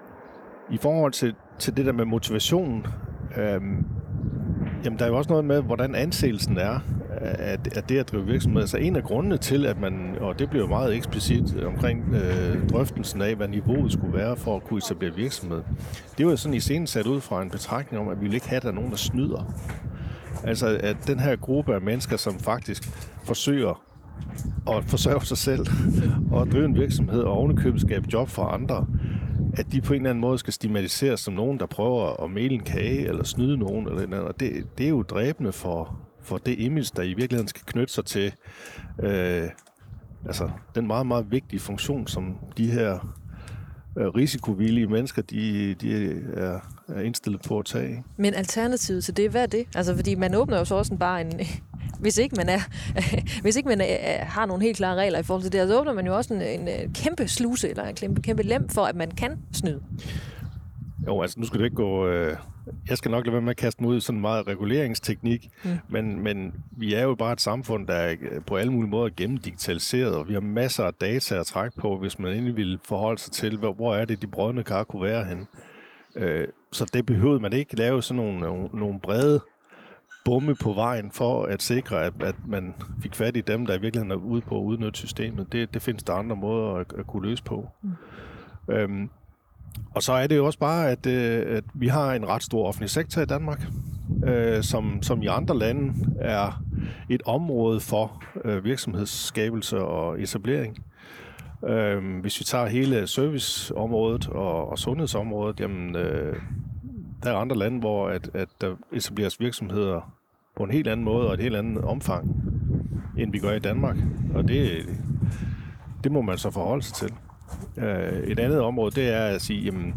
I forhold til, til det der med motivationen, øhm, jamen, der er jo også noget med, hvordan anseelsen er af, af det at drive virksomhed. Altså en af grundene til, at man, og det bliver meget eksplicit omkring øh, drøftelsen af, hvad niveauet skulle være for at kunne etablere virksomhed. Det var jo sådan i scenen sat ud fra en betragtning om, at vi vil ikke have, at der er nogen, der snyder. Altså at den her gruppe af mennesker, som faktisk forsøger at forsørge sig selv og drive en virksomhed og ovenikøbet skabe job for andre, at de på en eller anden måde skal stigmatiseres som nogen, der prøver at male en kage eller snyde nogen eller noget. Og det, det er jo dræbende for, for det image, der i virkeligheden skal knytte sig til øh, altså den meget, meget vigtige funktion, som de her øh, risikovillige mennesker, de, de er, er indstillet på at tage. Men alternativet til det, hvad er det? Altså, fordi man åbner jo så også bare en... Hvis ikke man, er, hvis ikke man er, har nogle helt klare regler i forhold til det, så åbner man jo også en, en kæmpe sluse eller en kæmpe, kæmpe lem for, at man kan snyde. Jo, altså nu skal det ikke gå... Øh, jeg skal nok lade være med at kaste mig ud i sådan meget reguleringsteknik, mm. men, men vi er jo bare et samfund, der er på alle mulige måder gennemdigitaliseret, og vi har masser af data at trække på, hvis man egentlig vil forholde sig til, hvor, hvor er det, de brodne kar kunne være henne. Øh, så det behøvede man ikke lave sådan nogle, nogle, nogle brede bomme på vejen for at sikre, at, at man fik fat i dem, der i virkeligheden er ude på at udnytte systemet. Det, det findes der andre måder at, at kunne løse på. Mm. Øhm, og så er det jo også bare, at, at vi har en ret stor offentlig sektor i Danmark, øh, som, som i andre lande er et område for øh, virksomhedsskabelse og etablering. Øh, hvis vi tager hele serviceområdet og, og sundhedsområdet, jamen... Øh, Der er andre lande, hvor at, at der etableres virksomheder på en helt anden måde og et helt andet omfang, end vi gør i Danmark. Og det, det må man så forholde sig til. Et andet område, det er at sige, jamen,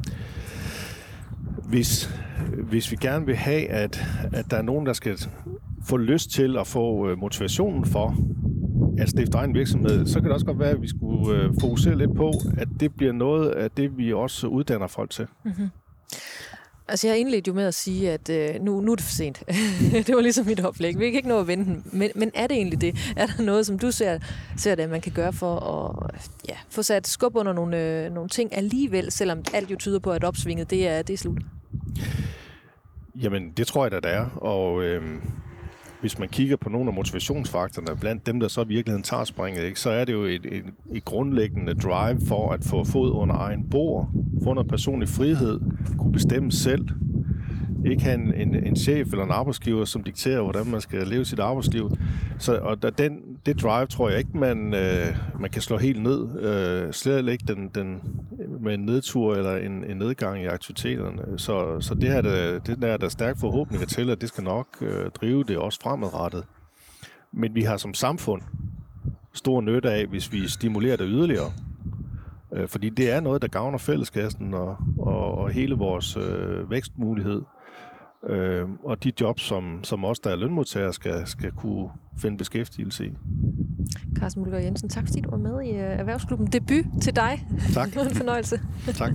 hvis, hvis vi gerne vil have, at, at der er nogen, der skal få lyst til at få motivationen for at stifte egen virksomhed, så kan det også godt være, at vi skulle fokusere lidt på, at det bliver noget af det, vi også uddanner folk til. Mm-hmm. Altså, jeg indledte jo med at sige, at øh, nu, nu er det for sent. Det var ligesom mit oplæg. Vi kan ikke nå at vente. Men, men er det egentlig det? Er der noget, som du ser, ser det, man kan gøre for at ja, få sat skub under nogle, øh, nogle ting alligevel, selvom alt jo tyder på, at opsvinget, det er, det er slut? Jamen, det tror jeg, at der er. Og øh, hvis man kigger på nogle af motivationsfaktorerne, blandt dem, der så i virkeligheden tager springet, ikke, så er det jo et, et, et grundlæggende drive for at få fod under egen bord, få noget personlig frihed, kunne bestemme selv, ikke have en, en, en chef eller en arbejdsgiver, som dikterer, hvordan man skal leve sit arbejdsliv. Så, og der, den, det drive tror jeg ikke, man, øh, man kan slå helt ned. Øh, slet ikke den, den, med en nedtur eller en, en nedgang i aktiviteterne. Så, så det her der, det der er der stærk forhåbninger til, at det skal nok øh, drive det også fremadrettet. Men vi har som samfund stor nytte af, hvis vi stimulerer det yderligere. Øh, fordi det er noget, der gavner fælleskassen og, og, og hele vores øh, vækstmulighed. Øh, og de jobs, som, som os, der er lønmodtagere, skal, skal kunne finde beskæftigelse i. Carsten Mølgaard Jensen, tak fordi du var med i uh, Erhvervsklubben. Debut til dig. Tak. Det var en fornøjelse. Tak.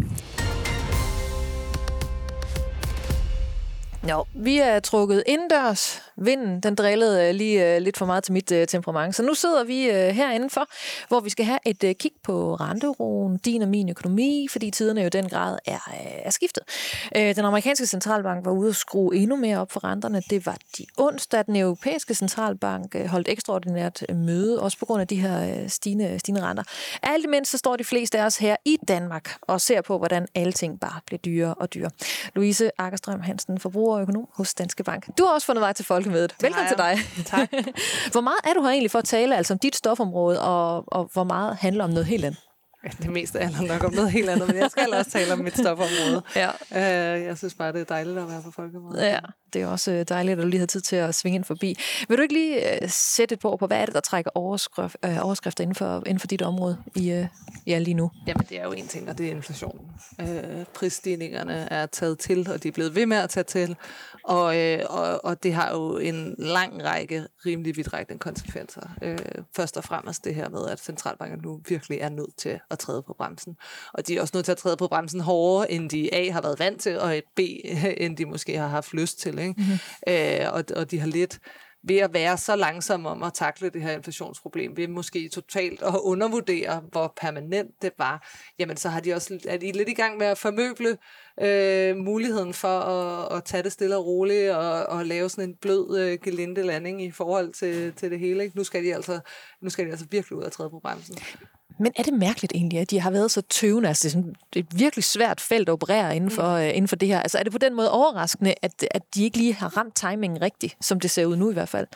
Nå, vi er trukket indendørs. Vinden, den drillede øh, lige øh, lidt for meget til mit øh, temperament. Så nu sidder vi øh, herinde for, hvor vi skal have et øh, kig på renteroen, din og min økonomi, fordi tiderne jo i den grad er, øh, er skiftet. Øh, den amerikanske centralbank var ude at skrue endnu mere op for renterne. Det var de onsdag. Den europæiske centralbank øh, holdt ekstraordinært øh, møde, også på grund af de her øh, stigende, stigende renter. Alt imens så står de fleste af os her i Danmark og ser på, hvordan alting bare bliver dyrere og dyrere. Louise Aggerstrøm Hansen, forbrugerøkonom hos Danske Bank. Du har også fundet vej til Folkemødet. Velkommen til dig. Tak. Hvor meget er du her egentlig for at tale altså om dit stofområde, og, og hvor meget handler om noget helt andet? Det meste handler nok om noget helt andet, men jeg skal også tale om mit stofområde. Ja. Uh, jeg synes bare, det er dejligt at være på Folkemødet. Ja, det er også dejligt, at du lige har tid til at svinge ind forbi. Vil du ikke lige uh, sætte et på, på, hvad er det, der trækker overskrift, uh, overskrifter inden for, inden for dit område i, uh, ja, lige nu? Jamen, det er jo en ting, og det er inflationen. Uh, prisstigningerne er taget til, og de er blevet ved med at tage til. Og, uh, og, og det har jo en lang række rimelig vidtrækkende konsekvenser. Uh, først og fremmest det her med, at centralbanken nu virkelig er nødt til at træde på bremsen. Og de er også nødt til at træde på bremsen hårdere, end de A har været vant til, og B, end de måske har haft lyst til. Ikke? Mm-hmm. Øh, og, og de har lidt ved at være så langsomme om at takle det her inflationsproblem, ved måske totalt at undervurdere, hvor permanent det var, jamen så har de også er de lidt i gang med at formøble øh, muligheden for at, at tage det stille og roligt, og, og lave sådan en blød øh, gelinde landing i forhold til, til det hele. Ikke? Nu skal de altså, nu skal de altså virkelig ud og træde på bremsen. Men er det mærkeligt egentlig, at de har været så tøvende? Altså, det er sådan et virkelig svært felt at operere inden for, mm. uh, inden for det her. Altså, er det på den måde overraskende, at, at de ikke lige har ramt timingen rigtigt, som det ser ud nu i hvert fald?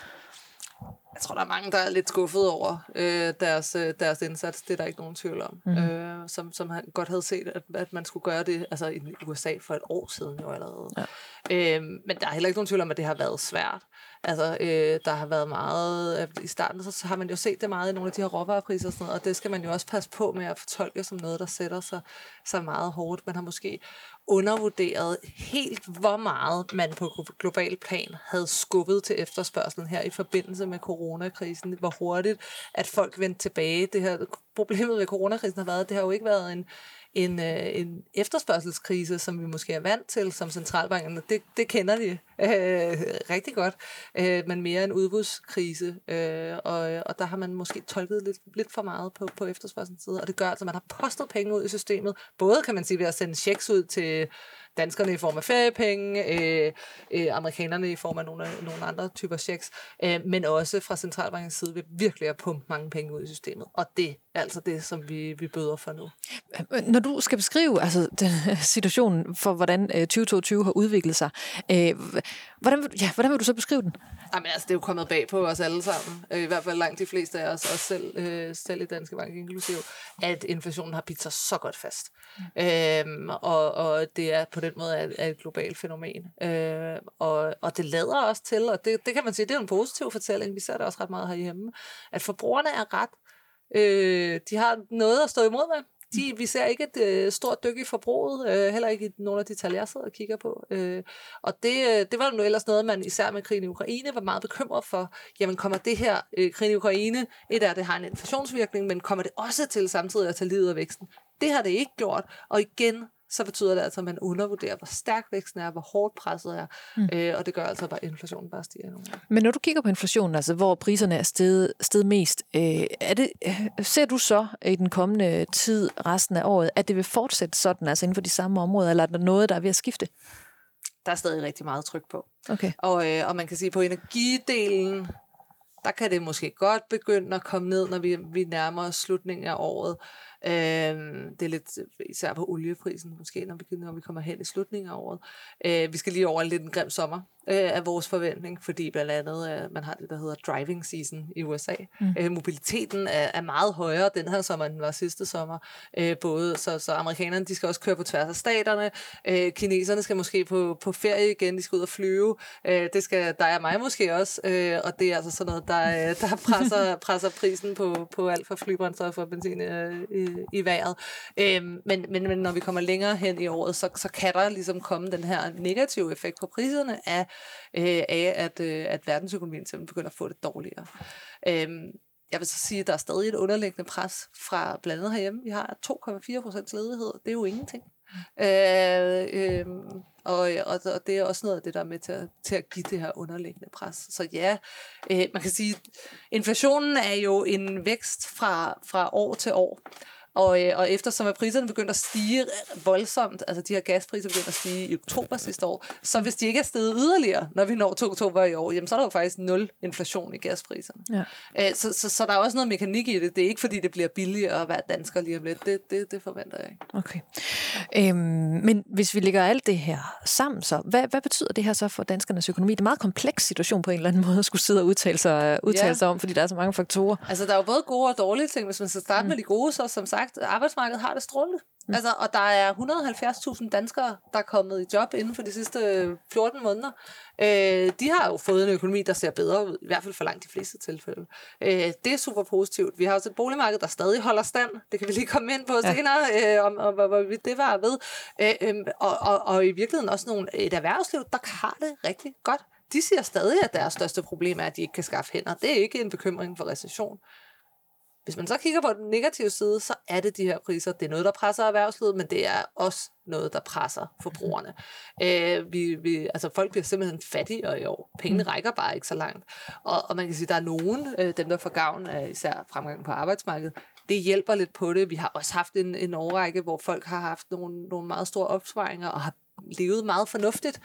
Jeg tror, der er mange, der er lidt skuffet over øh, deres, øh, deres indsats. Det er der ikke nogen tvivl om. Mm. Øh, som, som han godt havde set, at, at man skulle gøre det altså i U S A for et år siden jo allerede. Ja. Øh, men der er heller ikke nogen tvivl om, at det har været svært. Altså, øh, der har været meget... Øh, I starten så, så har man jo set det meget i nogle af de her råvarepriser og sådan noget, og det skal man jo også passe på med at fortolke som noget, der sætter sig så meget hårdt. Man har måske undervurderet helt, hvor meget man på global plan havde skubbet til efterspørgselen her i forbindelse med coronakrisen. Hvor hurtigt, at folk vendte tilbage. Det her problemet ved coronakrisen har været, det har jo ikke været en En, øh, en efterspørgselskrise, som vi måske er vant til som centralbankerne. Det, det kender de øh, rigtig godt, øh, men mere en udbudskrise. Øh, og, og der har man måske tolket lidt, lidt for meget på, på efterspørgselens side, og det gør altså, at man har postet penge ud i systemet. Både kan man sige ved at sende checks ud til danskerne i form af feriepenge, øh, øh, amerikanerne i form af nogle, nogle andre typer checks, øh, men også fra centralbankens side ved virkelig at pumpe mange penge ud i systemet. Og det er altså det, som vi, vi bøder for nu. Når du skal beskrive altså, den situationen for, hvordan øh, tyve toogtyve har udviklet sig, øh, hvordan, ja, hvordan vil du så beskrive den? Jamen altså, det er jo kommet bag på os alle sammen, øh, i hvert fald langt de fleste af os, også selv, øh, selv i Danske Bank inklusiv, at inflationen har bidt sig så godt fast. Mm. Øhm, og, og det er på den måde er, er et globalt fænomen. Øh, og, og det lader os til, og det, det kan man sige, det er en positiv fortælling, vi ser det også ret meget herhjemme, at forbrugerne er ret, øh, de har noget at stå imod med. De, vi ser ikke et øh, stort dyk i forbruget, øh, heller ikke i nogle af de tal, jeg sidder og kigger på. Øh, og det, det var jo ellers noget, man især med krigen i Ukraine var meget bekymret for. Jamen kommer det her øh, krigen i Ukraine, et af det har en inflationsvirkning, men kommer det også til samtidig at tage livet af væksten? Det har det ikke gjort, og igen, så betyder det altså, at man undervurderer, hvor stærk væksten er, hvor hårdt presset er, mm. øh, og det gør altså bare, at inflationen bare stiger nogle gange. Men når du kigger på inflationen, altså hvor priserne er steget, steget mest, øh, er det, ser du så i den kommende tid, resten af året, at det vil fortsætte sådan, altså inden for de samme områder, eller er der noget, der er ved at skifte? Der er stadig rigtig meget tryk på. Okay. Og, øh, og man kan sige, på energidelen, der kan det måske godt begynde at komme ned, når vi, vi nærmer os slutningen af året. Øhm, det er lidt især på olieprisen, måske, når vi, når vi kommer hen i slutningen af året. Øh, vi skal lige over en lidt en grim sommer øh, af vores forventning, fordi blandt andet, øh, man har det, der hedder driving season i U S A. Mm. Øh, mobiliteten er, er meget højere den her sommer, end den var sidste sommer. Øh, både, så, så amerikanerne, de skal også køre på tværs af staterne. Øh, kineserne skal måske på, på ferie igen, de skal ud og flyve. Øh, det skal dig og mig måske også, øh, og det er altså sådan noget, der, der presser, presser prisen på, på alt fra flybrændstof og benzin øh, i, i vejret. Øhm, men, men, men når vi kommer længere hen i året, så, så kan der ligesom komme den her negative effekt på priserne af, øh, af at, øh, at verdensøkonomien simpelthen begynder at få det dårligere. Øhm, jeg vil så sige, at der er stadig et underliggende pres fra blandt andet herhjemme. Vi har to komma fire procent ledighed. Det er jo ingenting. Øh, øh, og, og, og det er også noget af det, der er med til at, til at give det her underliggende pres. Så ja, øh, man kan sige, inflationen er jo en vækst fra, fra år til år. Og, øh, og eftersom at priserne begyndte at stige voldsomt, altså de her gaspriser begyndte at stige i oktober sidste år, så hvis de ikke er steget yderligere, når vi når til oktober i år, jamen så er der jo faktisk nul inflation i gaspriserne. Ja. Æ, så, så, så der er også noget mekanik i det. Det er ikke fordi, det bliver billigere at være dansker lige om lidt. Det, det, det forventer jeg ikke. Okay. Øhm, men hvis vi lægger alt det her sammen, så hvad, hvad betyder det her så for danskernes økonomi? Det er en meget kompleks situation på en eller anden måde at skulle sidde og udtale sig, udtale ja. sig om, fordi der er så mange faktorer. Altså der er jo både gode og dårlige ting. Hvis man skal starte mm. med de gode, så som sagt, arbejdsmarkedet har det strålende. Mm. Altså, og der er et hundrede og halvfjerds tusind danskere, der er kommet i job inden for de sidste fjorten måneder. Øh, de har jo fået en økonomi, der ser bedre ud, i hvert fald for langt de fleste tilfælde. Øh, det er super positivt. Vi har også et boligmarked, der stadig holder stand. Det kan vi lige komme ind på ja. senere, øh, om, om hvor det var ved. Øh, øh, og, og, og i virkeligheden også nogle, et erhvervsliv, der har det rigtig godt. De siger stadig, at deres største problem er, at de ikke kan skaffe hænder. Det er ikke en bekymring for recession. Hvis man så kigger på den negative side, så er det de her priser. Det er noget, der presser erhvervslivet, men det er også noget, der presser forbrugerne. Øh, vi, vi, altså folk bliver simpelthen fattigere i år. Pengene rækker bare ikke så langt. Og, og man kan sige, at der er nogen, øh, dem der får gavn af især fremgang på arbejdsmarkedet, det hjælper lidt på det. Vi har også haft en, en årrække, hvor folk har haft nogle, nogle meget store opsparinger og har levet meget fornuftigt,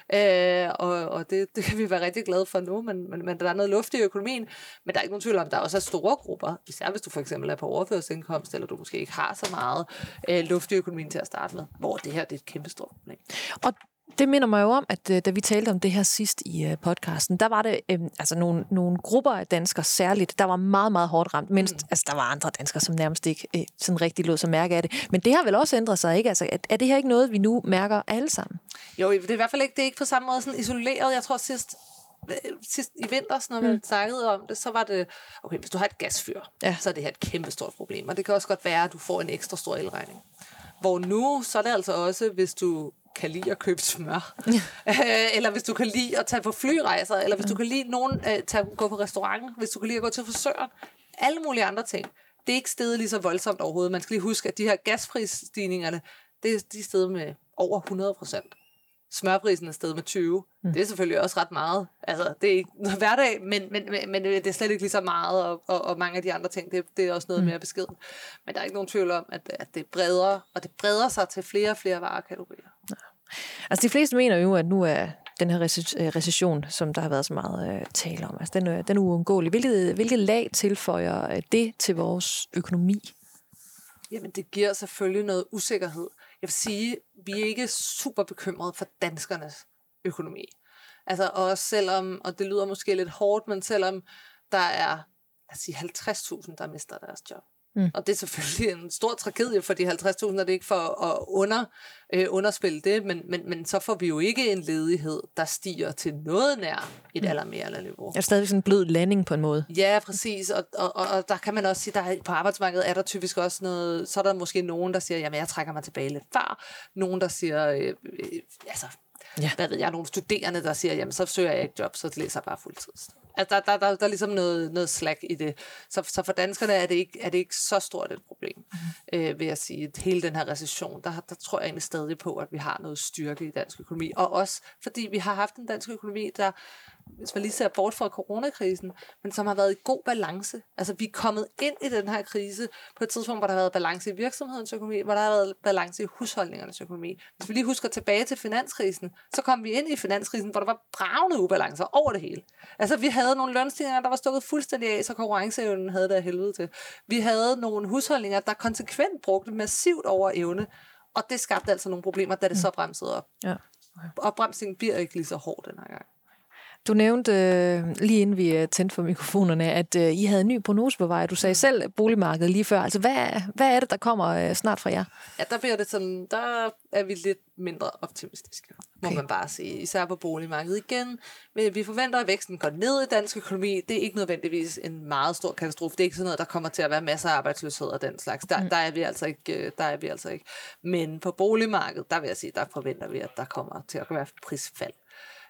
øh, og, og det, det kan vi være rigtig glade for nu, men, men, men der er noget luft i økonomien, men der er ikke nogen tvivl om, der også er store grupper, især hvis du for eksempel er på overførselsindkomst, eller du måske ikke har så meget øh, luft i økonomien til at starte med, hvor det her det er et kæmpe stort problem. Og det minder mig jo om, at da vi talte om det her sidst i podcasten, der var det øh, altså nogle, nogle grupper af danskere særligt, der var meget, meget hårdt ramt. Mindst, mm. altså der var andre danskere, som nærmest ikke øh, sådan rigtig lod sig mærke af det. Men det har vel også ændret sig, ikke? Altså, er, er det her ikke noget, vi nu mærker alle sammen? Jo, det er i hvert fald ikke, det er ikke på samme måde sådan isoleret. Jeg tror sidst, sidst i vinter, når vi mm. snakkede om det, så var det, okay, hvis du har et gasfyr, ja. så er det her et kæmpe stort problem. Og det kan også godt være, at du får en ekstra stor elregning. Hvor nu, så er det altså også, hvis du kan lide at købe smør, eller hvis du kan lide at tage på flyrejser, eller hvis du kan lide nogen øh, tage, gå på restaurant, hvis du kan lide at gå til frisøren, alle mulige andre ting. Det er ikke steget lige så voldsomt overhovedet. Man skal lige huske, at de her gasprisstigningerne, det, de er steget med over hundrede procent. Smørprisen er steget med tyve. Mm. Det er selvfølgelig også ret meget. Altså, det er ikke noget hverdag, men, men, men det er slet ikke lige så meget, og, og, og mange af de andre ting, det, det er også noget mm. mere beskeden. Men der er ikke nogen tvivl om, at, at det er bredere, og det breder sig til flere og flere varekategorier. Ja. Altså, de fleste mener jo, at nu er den her recession, som der har været så meget uh, tale om, altså, den, er, den er uundgåelig. Hvilket, hvilket lag tilføjer det til vores økonomi? Jamen, det giver selvfølgelig noget usikkerhed. Jeg vil sige, vi er ikke super bekymrede for danskernes økonomi. Altså også selvom, og det lyder måske lidt hårdt, men selvom der er, lad os sige, halvtreds tusind, der mister deres job. Mm. Og det er selvfølgelig en stor tragedie for de halvtreds tusind, og det er ikke for at under, øh, underspille det, men, men, men så får vi jo ikke en ledighed, der stiger til noget nær et mm. alarmerende niveau. Det er stadig sådan en blød landing på en måde. Ja, præcis, og, og, og, og der kan man også sige, der på arbejdsmarkedet er der typisk også noget, så er der måske nogen, der siger, jamen jeg trækker mig tilbage lidt før, nogen, der siger, øh, øh, altså, ja. hvad ved jeg, nogle studerende, der siger, jamen så søger jeg ikke job, så læser jeg bare fuldtids. Altså, der, der, der, der er ligesom noget, noget slack i det. Så, så for danskerne er det, ikke, er det ikke så stort et problem, mm. øh, vil jeg sige. Hele den her recession, der, der tror jeg egentlig stadig på, at vi har noget styrke i dansk økonomi. Og også fordi vi har haft en dansk økonomi, der, hvis man lige ser bort fra coronakrisen, men som har været i god balance. Altså, vi er kommet ind i den her krise på et tidspunkt, hvor der har været balance i virksomhedens økonomi, hvor der har været balance i husholdningernes økonomi. Hvis vi lige husker tilbage til finanskrisen, så kom vi ind i finanskrisen, hvor der var bravende ubalancer over det hele. Altså, vi havde nogle lønstigninger, der var stukket fuldstændig af, så konkurrenceevnen havde det af helvede til. Vi havde nogle husholdninger, der konsekvent brugte massivt over evne, og det skabte altså nogle problemer, da det så bremsede op. Ja. Okay. Opbremsningen bliver ikke lige så hård den her gang. Du nævnte øh, lige inden vi øh, tændte for mikrofonerne, at øh, I havde en ny prognose på vej. Du sagde selv boligmarkedet lige før. Altså, hvad, hvad er det, der kommer øh, snart fra jer? Ja, der bliver det sådan, der er vi lidt mindre optimistiske, må okay. man bare sige. Især på boligmarkedet igen. Vi forventer, at væksten går ned i dansk økonomi. Det er ikke nødvendigvis en meget stor katastrofe. Det er ikke sådan noget, der kommer til at være masser af arbejdsløshed og den slags. Der, mm. der, er vi altså ikke, der er vi altså ikke. Men på boligmarkedet, der vil jeg sige, der forventer vi, at der kommer til at være prisfald.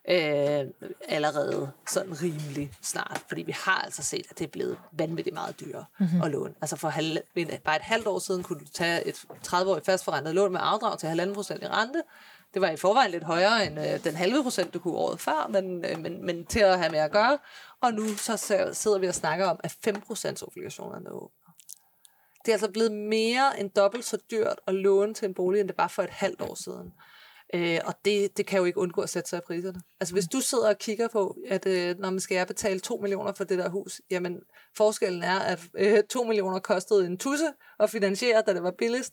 øh, allerede sådan rimelig snart, fordi vi har altså set, at det er blevet vanvittigt meget dyrere mm-hmm. at låne. Altså for halv, bare et halvt år siden kunne du tage et tredive-årigt fastforrentet lån med afdrag til halvanden procent i rente. Det var i forvejen lidt højere end øh, den halve procent, du kunne året før, men, øh, men, men til at have med at gøre. Og nu så sidder vi og snakker om, at fem procent obligationerne åbner. Det er altså blevet mere end dobbelt så dyrt at låne til en bolig, end det var for et halvt år siden. Øh, og det, det kan jo ikke undgå at sætte sig i priserne. Altså hvis du sidder og kigger på, at øh, når man skal jeg betale to millioner for det der hus, jamen forskellen er, at øh, to millioner kostede en tusse at finansiere, da det var billigst,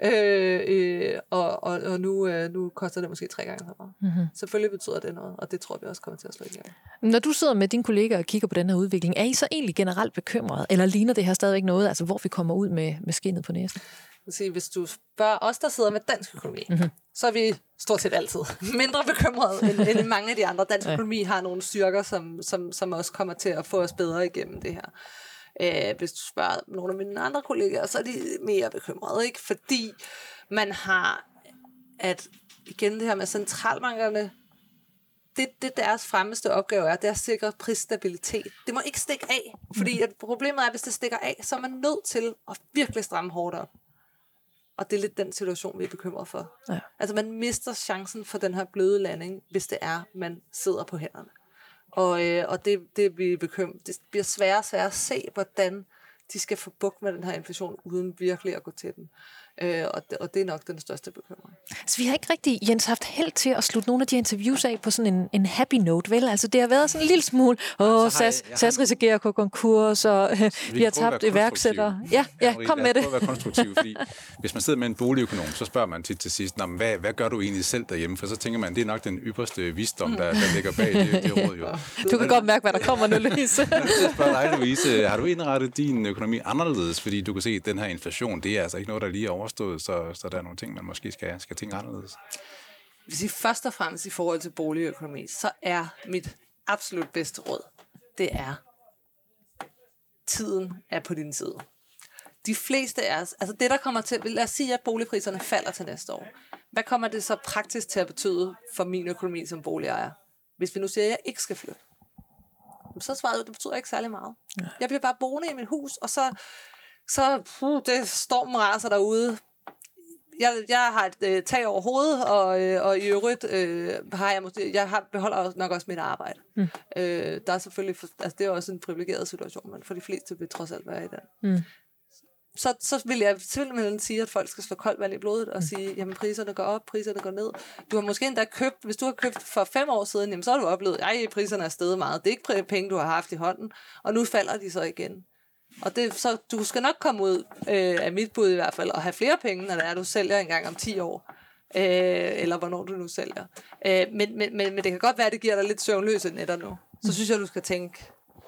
øh, øh, og, og, og nu, øh, nu koster det måske tre gange så meget. Mm-hmm. Selvfølgelig betyder det noget, og det tror vi også kommer til at slå igennem. Når du sidder med dine kollegaer og kigger på den her udvikling, er I så egentlig generelt bekymret, eller ligner det her stadigvæk noget, altså hvor vi kommer ud med, med skindet på næsen? Hvis du spørger os, der sidder med dansk økonomi, mm-hmm. så er vi stort set altid mindre bekymrede end, end mange af de andre. Dansk økonomi har nogle styrker, som, som, som også kommer til at få os bedre igennem det her. Øh, hvis du spørger nogle af mine andre kollegaer, så er de mere bekymrede, ikke? Fordi man har, at igen det her med centralbankerne, det, det deres fremmeste opgave er, det er at sikre prisstabilitet. Det må ikke stikke af, fordi at problemet er, at hvis det stikker af, så er man nødt til at virkelig stramme hårdt op. Og det er lidt den situation, vi er bekymret for. Ja. Altså man mister chancen for den her bløde landing, hvis det er, man sidder på hænderne. Og, øh, og det, det, bliver bekym- det bliver sværere og sværere at se, hvordan de skal få bugt med den her inflation, uden virkelig at gå til den. Øh, og, det, og det er nok den største bekymring. Så vi har ikke rigtig, Jens, haft held til at slutte nogle af de interviews af på sådan en, en happy note, vel? Altså det har været sådan en lille smule, åh, SAS, SAS risikerer at gå konkurs, og øh, vi har tabt iværksættere. Ja, ja, kom med det. Prøv at være konstruktiv, fordi hvis man sidder med en boligøkonom, så spørger man tit til sidst, hvad, hvad gør du egentlig selv derhjemme? For så tænker man, det er nok den ypperste visdom, der, der ligger bag det, det råd jo. Du kan men, godt mærke, hvad der kommer nu, Louise. Jeg spørger dig, Louise, har du indrettet din økonomi anderledes? Fordi du kan se, at den her inflation, det er altså ikke noget, der lige er overstået, så, så der er nogle ting, man måske skal, skal tænke anderledes. Hvis I først og fremmest i forhold til boligøkonomi, så er mit absolut bedste råd, det er, tiden er på din side. De fleste af os, altså det der kommer til, lad os sige, at boligpriserne falder til næste år. Hvad kommer det så praktisk til at betyde for min økonomi som boligejer? Hvis vi nu siger, at jeg ikke skal flytte, så svaret, det betyder ikke særlig meget. Jeg bliver bare boende i mit hus, og så, så puh, det stormen raser derude. Jeg, jeg har et øh, tag over hovedet, og, øh, og i øvrigt øh, har jeg, måske, jeg har, beholder nok også mit arbejde. Mm. Øh, der er selvfølgelig, altså det er også en privilegeret situation, men for de fleste vil trods alt være i den. Mm. Så, så vil jeg simpelthen sige, at folk skal slå koldt vand i blodet og sige, jamen priserne går op, priserne går ned. Du har måske endda købt, hvis du har købt for fem år siden, jamen så har du oplevet, at priserne er steget meget. Det er ikke penge, du har haft i hånden, og nu falder de så igen. Og det, så du skal nok komme ud øh, af mit bud i hvert fald, og have flere penge, når det er, du sælger en gang om ti år. Øh, eller hvornår du nu sælger. Øh, men, men, men, men det kan godt være, at det giver dig lidt søvnløse nætter nu. Så synes jeg, du skal tænke,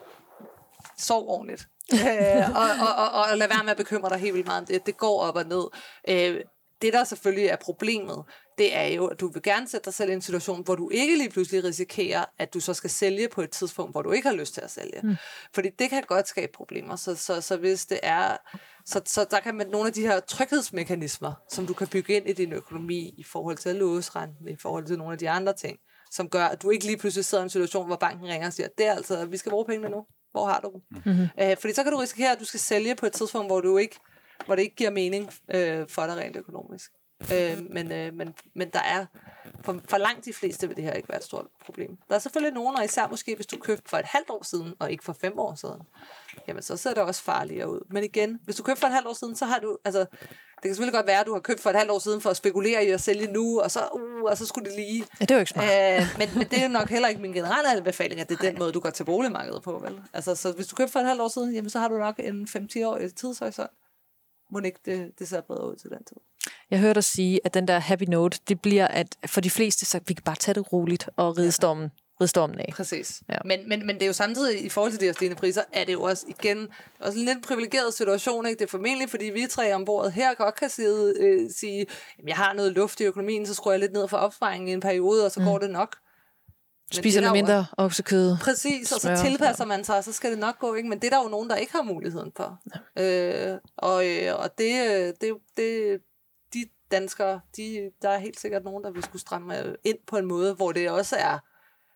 sov ordentligt. øh, og, og, og, og lad være med at bekymre dig helt vildt meget om det. Det går op og ned. Øh, det, der selvfølgelig er problemet, det er jo, at du vil gerne sætte dig selv i en situation, hvor du ikke lige pludselig risikerer, at du så skal sælge på et tidspunkt, hvor du ikke har lyst til at sælge. Mm. Fordi det kan godt skabe problemer. Så, så, så hvis det er... Så, så der kan man nogle af de her tryghedsmekanismer, som du kan bygge ind i din økonomi, i forhold til at låse renten, i forhold til nogle af de andre ting, som gør, at du ikke lige pludselig sidder i en situation, hvor banken ringer og siger, det er altså, vi skal bruge pengene nu. Hvor har du dem? Mm-hmm. Æh, fordi så kan du risikere, at du skal sælge på et tidspunkt, hvor du ikke, hvor det ikke giver mening øh, for dig rent økonomisk. Øh, men, øh, men, men der er, for, for langt de fleste vil det her ikke være et stort problem. Der er selvfølgelig nogen, og især måske, hvis du købte for et halvt år siden, og ikke for fem år siden, jamen så ser det også farligere ud. Men igen, hvis du købte for et halvt år siden, så har du, altså, det kan selvfølgelig godt være, at du har købt for et halvt år siden for at spekulere i at sælge nu, og så, uh, og så skulle det lige... Ja, det er jo ikke smart. Øh, men, men det er jo nok heller ikke min generelle anbefaling, at det er den måde, du går til boligmarkedet på, vel? Altså, så hvis du købte for et halvt år siden, jamen så har du nok en fem til ti år i tidshorisont. Må ikke det, det ser bedre ud til den tid. Jeg hørte dig sige, at den der happy note, det bliver, at for de fleste, så vi kan bare tage det roligt og ride stormen, ride stormen af. Præcis. Ja. Men, men, men det er jo samtidig, i forhold til de her stigende priser, er det jo også igen også en lidt privilegeret situation. Ikke? Det er formentlig, fordi vi tre om bordet her godt kan sige, øh, sige jamen, jeg har noget luft i økonomien, så skruer jeg lidt ned for opsparingen i en periode, og så mm. går det nok. Spiser noget mindre oksekød. Præcis, og så tilpasser man sig, og så skal det nok gå. Ikke? Men det er der jo nogen, der ikke har muligheden for. Ja. Øh, og øh, og det, det, det, de danskere, de, der er helt sikkert nogen, der vil skulle stramme ind på en måde, hvor det også er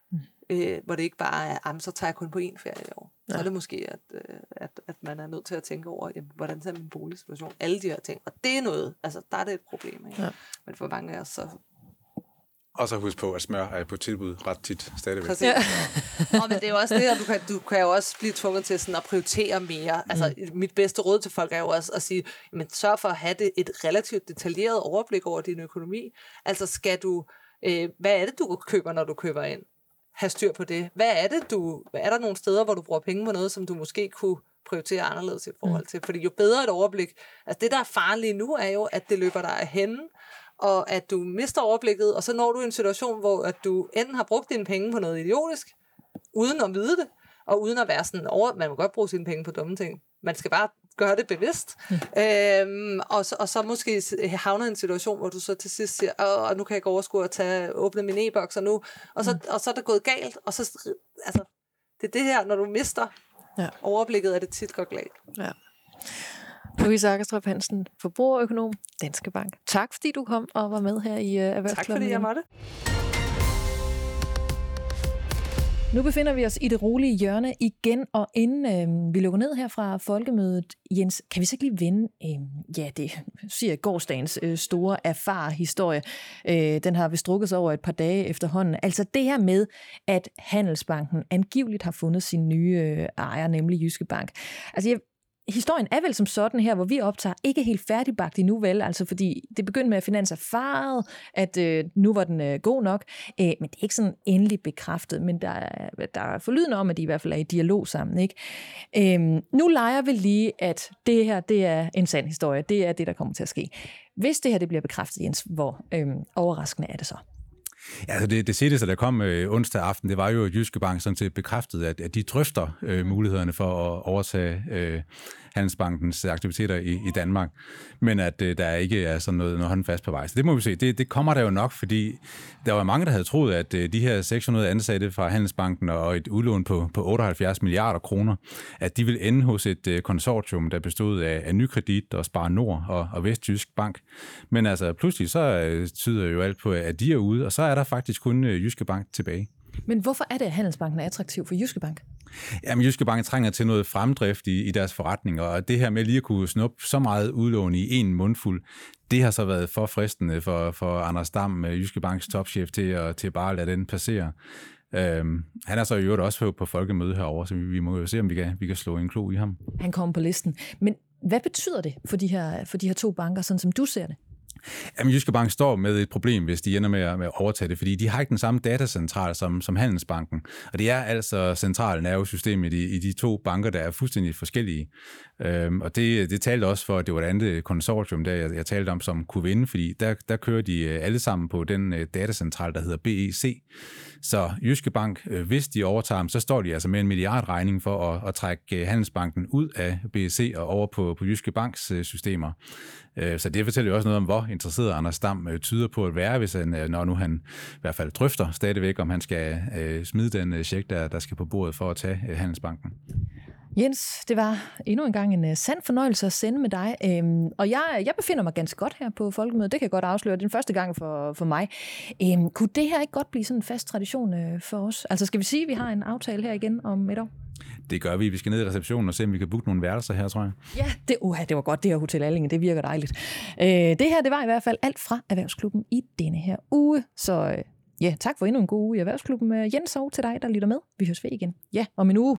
øh, hvor det ikke bare er, ah, så tager jeg kun på én ferie i år. Så ja. er det måske, at, øh, at, at man er nødt til at tænke over, jamen, hvordan er min boligsituation? Alle de her ting. Og det er noget, altså der er det et problem. Ikke? Ja. Men for mange af os, så... Og så husk på, at smør er på tilbud ret tit stadigvæk. Præcis. Ja. Nå, men det er jo også det, at du kan, du kan jo også blive tvunget til sådan at prioritere mere. Mm. Altså, mit bedste råd til folk er jo også at sige, jamen, sørg for at have det, et relativt detaljeret overblik over din økonomi. Altså, skal du, øh, hvad er det, du køber, når du køber ind? Have styr på det. Hvad er det, du, er der nogle steder, hvor du bruger penge på noget, som du måske kunne prioritere anderledes i forhold til? Fordi jo bedre et overblik, altså det, der er farligt nu, er jo, at det løber dig af hende, og at du mister overblikket, og så når du i en situation, hvor at du enten har brugt dine penge på noget idiotisk, uden at vide det, og uden at være sådan over, man må godt bruge sine penge på dumme ting. Man skal bare gøre det bevidst. Mm. Øhm, og, så, og så måske havner i en situation, hvor du så til sidst siger, åh, og nu kan jeg gå overskue og tage, åbne min e-boks, og nu, og så, mm. og så er det gået galt, og så, altså, det er det her, når du mister ja. overblikket, er det tit går galt. Ja. Louise Aggerstrup Hansen, forbrugerøkonom, Danske Bank. Tak fordi du kom og var med her i uh, Erhvervsklubben. Tak fordi jeg måtte. Nu befinder vi os i det rolige hjørne igen, og inden øh, vi lukker ned her fra Folkemødet, Jens, kan vi så ikke lige vende, øh, ja, det siger gårsdagens øh, store erfar-historie. Øh, den har vist strukket sig over et par dage efterhånden. Altså det her med, at Handelsbanken angiveligt har fundet sin nye øh, ejer, nemlig Jyske Bank. Altså jeg Historien er vel som sådan her, hvor vi optager ikke helt færdigbagt endnu vel, altså fordi det begyndte med, at Finans erfarede, at øh, nu var den øh, god nok, øh, men det er ikke sådan endelig bekræftet, men der er, der er forlydende om, at de i hvert fald er i dialog sammen, ikke? Øh, nu leger vi lige, at det her, det er en sand historie, det er det, der kommer til at ske. Hvis det her, det bliver bekræftet, Jens, hvor øh, overraskende er det så? Ja, altså det, det seneste, der kom øh, onsdag aften, det var jo, at Jyske Bank sådan set bekræftede, at, at de drøfter øh, mulighederne for at overtage øh, Handelsbankens aktiviteter i, i Danmark, men at øh, der ikke er sådan noget, noget håndfast på vej. Så det må vi se. Det, det kommer der jo nok, fordi der var mange, der havde troet, at øh, de her seks hundrede ansatte fra Handelsbanken og et udlån på, på otteoghalvfjerds milliarder kroner, at de vil ende hos et øh, konsortium, der bestod af, af Nykredit og Spar Nord og, og Vestjysk Bank. Men altså pludselig så øh, tyder jo alt på, at de er ude, og så er der faktisk kun øh, Jyske Bank tilbage. Men hvorfor er det, at Handelsbanken er attraktiv for Jyske Bank? Jamen, Jyske Bank trænger til noget fremdrift i, i deres forretning, og det her med lige at kunne snuppe så meget udlån i en mundfuld, det har så været for fristende for, for Anders Dam, Jyske Banks topchef, til at, til bare at lade den passere. Øhm, han er så i øvrigt også på folkemøde herovre, så vi, vi må jo se, om vi kan, vi kan slå en klo i ham. Han kommer på listen. Men hvad betyder det for de her, for de her to banker, sådan som du ser det? Jamen, Jyske Bank står med et problem, hvis de ender med at, med at overtage det, fordi de har ikke den samme datacentral som, som Handelsbanken. Og det er altså centrale nervesystemet i, i de to banker, der er fuldstændig forskellige. Øhm, og det, det talte også for, at det var et andet konsortium, der jeg, jeg talte om, som kunne vinde, fordi der, der kører de alle sammen på den uh, datacentral, der hedder B E C. Så Jyske Bank, øh, hvis de overtager dem, så står de altså med en milliardregning for at, at trække Handelsbanken ud af B E C og over på, på Jyske Banks øh, systemer. Øh, så det fortæller jo også noget om, hvor interesseret Anders Dam øh, tyder på at være, hvis han, øh, når nu han i hvert fald drøfter stadigvæk, om han skal øh, smide den øh, check, der, der skal på bordet for at tage øh, Handelsbanken. Jens, det var endnu en gang en uh, sand fornøjelse at sende med dig, øhm, og jeg, jeg befinder mig ganske godt her på Folkemødet, det kan jeg godt afsløre, det er den første gang for, for mig. Øhm, kunne det her ikke godt blive sådan en fast tradition øh, for os? Altså skal vi sige, at vi har en aftale her igen om et år? Det gør vi. Vi skal ned i receptionen og se, om vi kan booke nogle værelser her, tror jeg. Ja, det, uh, det var godt, det her Hotel Allinge, det virker dejligt. Øh, det her, det var i hvert fald alt fra Erhvervsklubben i denne her uge, så... Øh, Ja, tak for endnu en god uge i Erhvervsklubben. Jens, og til dig, der lytter med. Vi høres ved igen. Ja, om en uge.